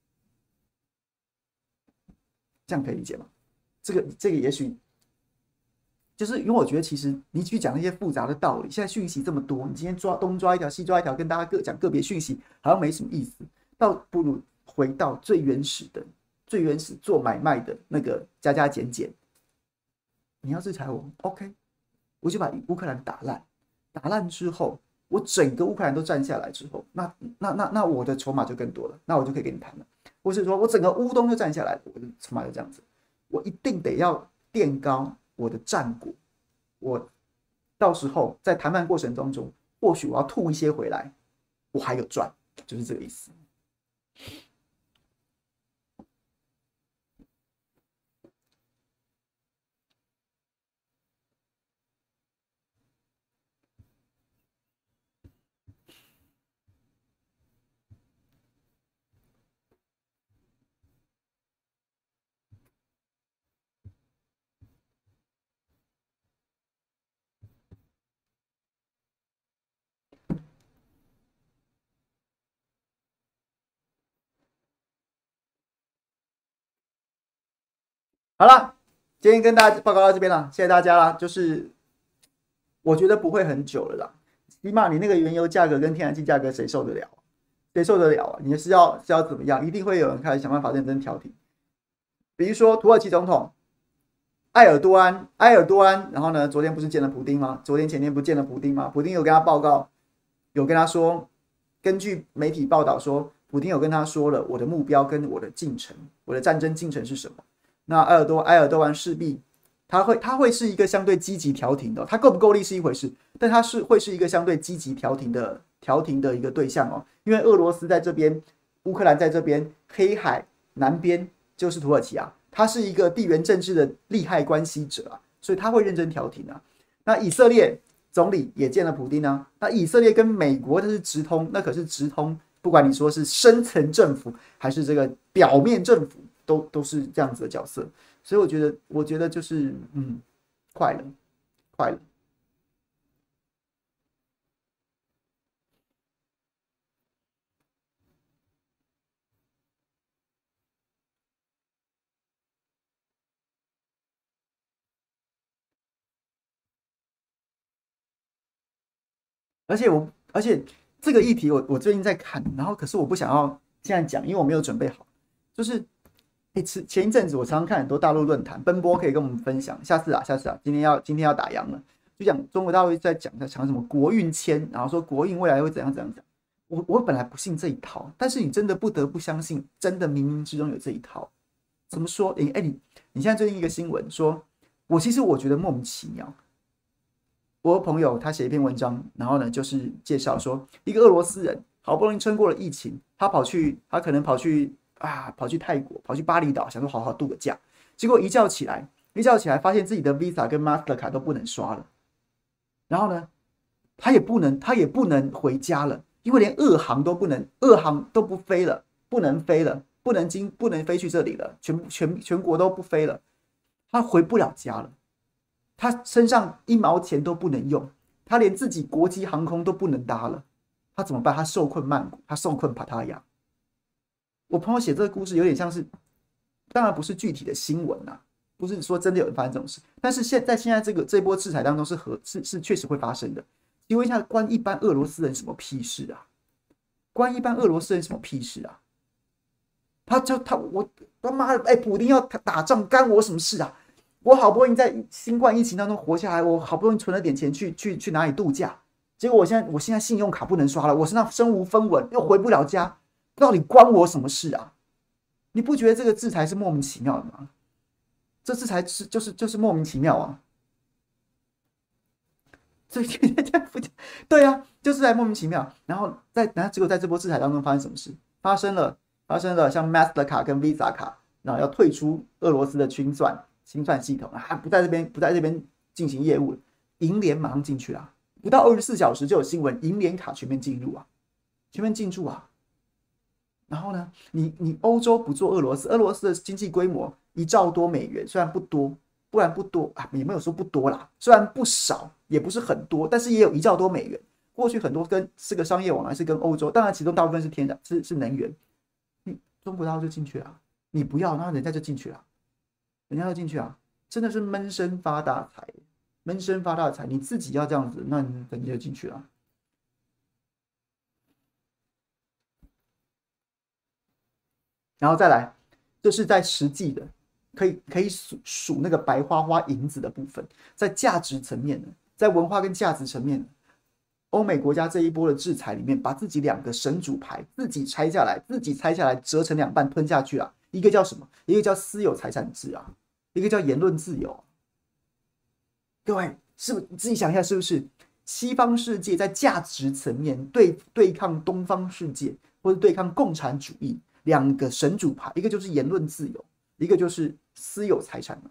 这样可以理解吗？这个也许就是因为我觉得其实你去讲那些复杂的道理，现在讯息这么多，你今天东抓一条西抓一条，跟大家讲个别讯息好像没什么意思，倒不如回到最原始做买卖的那个加加减减。你要制裁我 ，OK， 我就把乌克兰打烂之后，我整个乌克兰都占下来之后，那我的筹码就更多了，那我就可以跟你谈了。或是说我整个乌东就占下来，我的筹码就这样子，我一定得要垫高我的战果，我到时候在谈判过程当中，或许我要吐一些回来，我还有赚，就是这个意思。好了，今天跟大家报告到这边了，谢谢大家啦。就是我觉得不会很久了啦，起码你那个原油价格跟天然气价格谁受得了？谁受得了啊？你是要怎么样？一定会有人开始想办法认真调停。比如说土耳其总统埃尔多安，然后呢，昨天不是见了普丁吗？昨天前天不见了普丁吗？普丁有跟他报告，有跟他说，根据媒体报道说，普丁有跟他说了我的目标跟我的进程，我的战争进程是什么？那埃尔多安势必他会是一个相对积极调停的，他够不够力是一回事，但他会是一个相对积极调停的一个对象哦。因为俄罗斯在这边，乌克兰在这边，黑海南边就是土耳其啊，他是一个地缘政治的利害关系者啊，所以他会认真调停啊。那以色列总理也见了普丁啊，那以色列跟美国它是直通，那可是直通，不管你说是深层政府还是这个表面政府。都是这样子的角色，所以我觉得就是快了。而且这个议题我最近在看，然后可是我不想要现在讲，因为我没有准备好。就是前一阵子我常常看很多大陆论坛，奔波可以跟我们分享。下次啊，今天要打烊了，就讲中国大陆在讲什么国运签，然后说国运未来会怎样讲。我本来不信这一套，但是你真的不得不相信，真的冥冥之中有这一套。怎么说？你现在最近一个新闻说，其实我觉得莫名其妙。我有朋友他写一篇文章，然后呢就是介绍说，一个俄罗斯人好不容易撑过了疫情，他可能跑去泰国，跑去巴厘岛，想说好好度个假，结果一觉起来发现自己的 Visa 跟 Master 卡都不能刷了，然后呢，他也不能回家了，因为连俄航都不飞了，不能飞了，不能飞去这里了，全国都不飞了，他回不了家了。他身上1毛钱都不能用，他连自己国际航空都不能搭了，他怎么办？他受困曼谷，他受困帕塔亚。我朋友写这个故事有点像是，当然不是具体的新闻啊，不是说真的有人发生这种事，但是在现在这波制裁当中是确实会发生的。 请问一下，关一般俄罗斯人什么屁事啊？关一般俄罗斯人什么屁事啊？我他妈的，普丁要打仗，干我什么事啊？我好不容易在新冠疫情当中活下来，我好不容易存了点钱去哪里度假，结果我现在信用卡不能刷了，我身上身无分文，又回不了家，到底关我什么事啊？你不觉得这个制裁是莫名其妙的吗？这制裁就是莫名其妙啊！所以对啊，就是在莫名其妙。然后结果在这波制裁当中发生什么事？发生了像 Mastercard 跟 Visa 卡，然后要退出俄罗斯的清算系统啊，不在这边进行业务了。银联马上进去了，不到24小时就有新闻，银联卡全面进入啊，全面进驻啊。然后呢，你欧洲不做俄罗斯的经济规模1兆多美元，虽然不多，也没有说不多啦，虽然不少，也不是很多，但是也有1兆多美元。过去很多跟这个商业往来是跟欧洲，当然其中大部分是天然是能源，中国大陆就进去了，你不要，那人家就进去了，真的是闷声发大财，你自己要这样子，那人家就进去了。然后再来，这是在实际的，可以数那个白花花银子的部分，在价值层面呢，在文化跟价值层面，欧美国家这一波的制裁里面，把自己2个神主牌自己拆下来，折成2半吞下去啊！一个叫什么？一个叫私有财产制啊，一个叫言论自由。各位，是不是你自己想一下，是不是西方世界在价值层面对抗东方世界，或者对抗共产主义？2个神主牌，一个就是言论自由，一个就是私有财产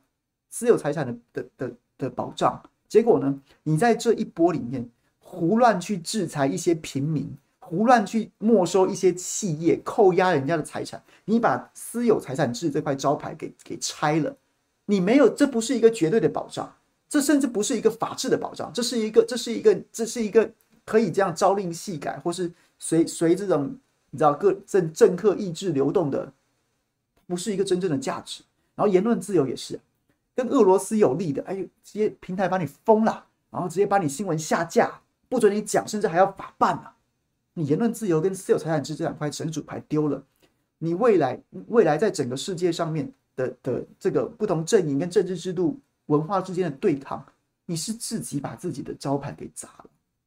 的保障。结果呢，你在这一波里面胡乱去制裁一些平民，胡乱去没收一些企业，扣押人家的财产，你把私有财产制这块招牌给拆了，你没有，这不是一个绝对的保障，这甚至不是一个法治的保障，这是一个可以这样朝令夕改，或是随这种你知道各政客意志流动的，不是一个真正的价值。然后言论自由也是，跟俄罗斯有利的，直接平台把你封了，然后直接把你新闻下架，不准你讲，甚至还要法办啊！你言论自由跟私有财产制这2块神主牌丢了，你未来在整个世界上面的这个不同阵营跟政治制度、文化之间的对抗，你是自己把自己的招牌给砸了。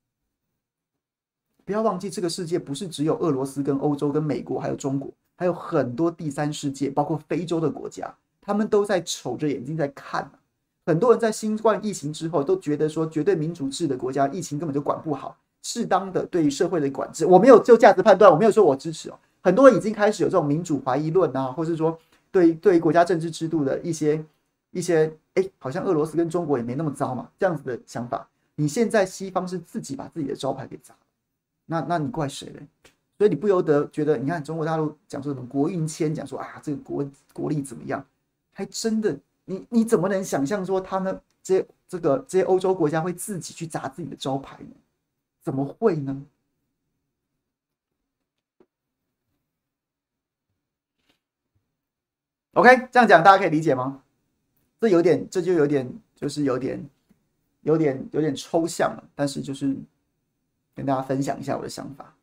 不要忘记，这个世界不是只有俄罗斯跟欧洲跟美国还有中国，还有很多第三世界，包括非洲的国家，他们都在瞅着眼睛在看啊。很多人在新冠疫情之后都觉得说，绝对民主制的国家疫情根本就管不好，适当的对于社会的管制，我没有就价值判断，我没有说我支持哦。很多人已经开始有这种民主怀疑论啊，或是说对于国家政治制度的一些好像俄罗斯跟中国也没那么糟嘛，这样子的想法。你现在西方是自己把自己的招牌给砸了。那你怪谁嘞？所以你不由得觉得，你看中国大陆讲说什么国运签，讲说啊这个国力怎么样，还真的，你怎么能想象说他们这些欧洲国家会自己去砸自己的招牌呢？怎么会呢？OK， 这样讲大家可以理解吗？这就有点就是有点抽象了，但是就是跟大家分享一下我的想法。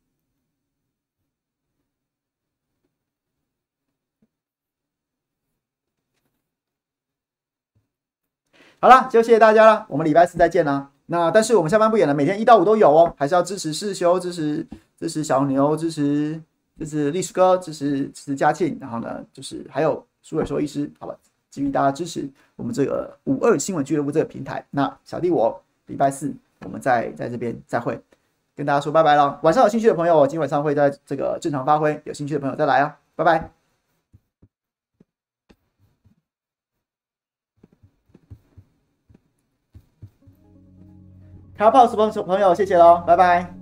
好了，就谢谢大家了，我们礼拜4再见啦。那但是我们下班不演了，每天1到5都有哦，还是要支持世修，支持小牛，支持历史哥，支持嘉庆，然后呢，就是还有苏伟说医师，好吧，基于大家支持我们这个52新闻俱乐部这个平台。那小弟我礼拜4我们在这边再会，跟大家说拜拜了。晚上有兴趣的朋友，我今晚上会在这个正常发挥，有兴趣的朋友再来啊，拜拜。卡 pose 朋友，谢谢喽，拜拜。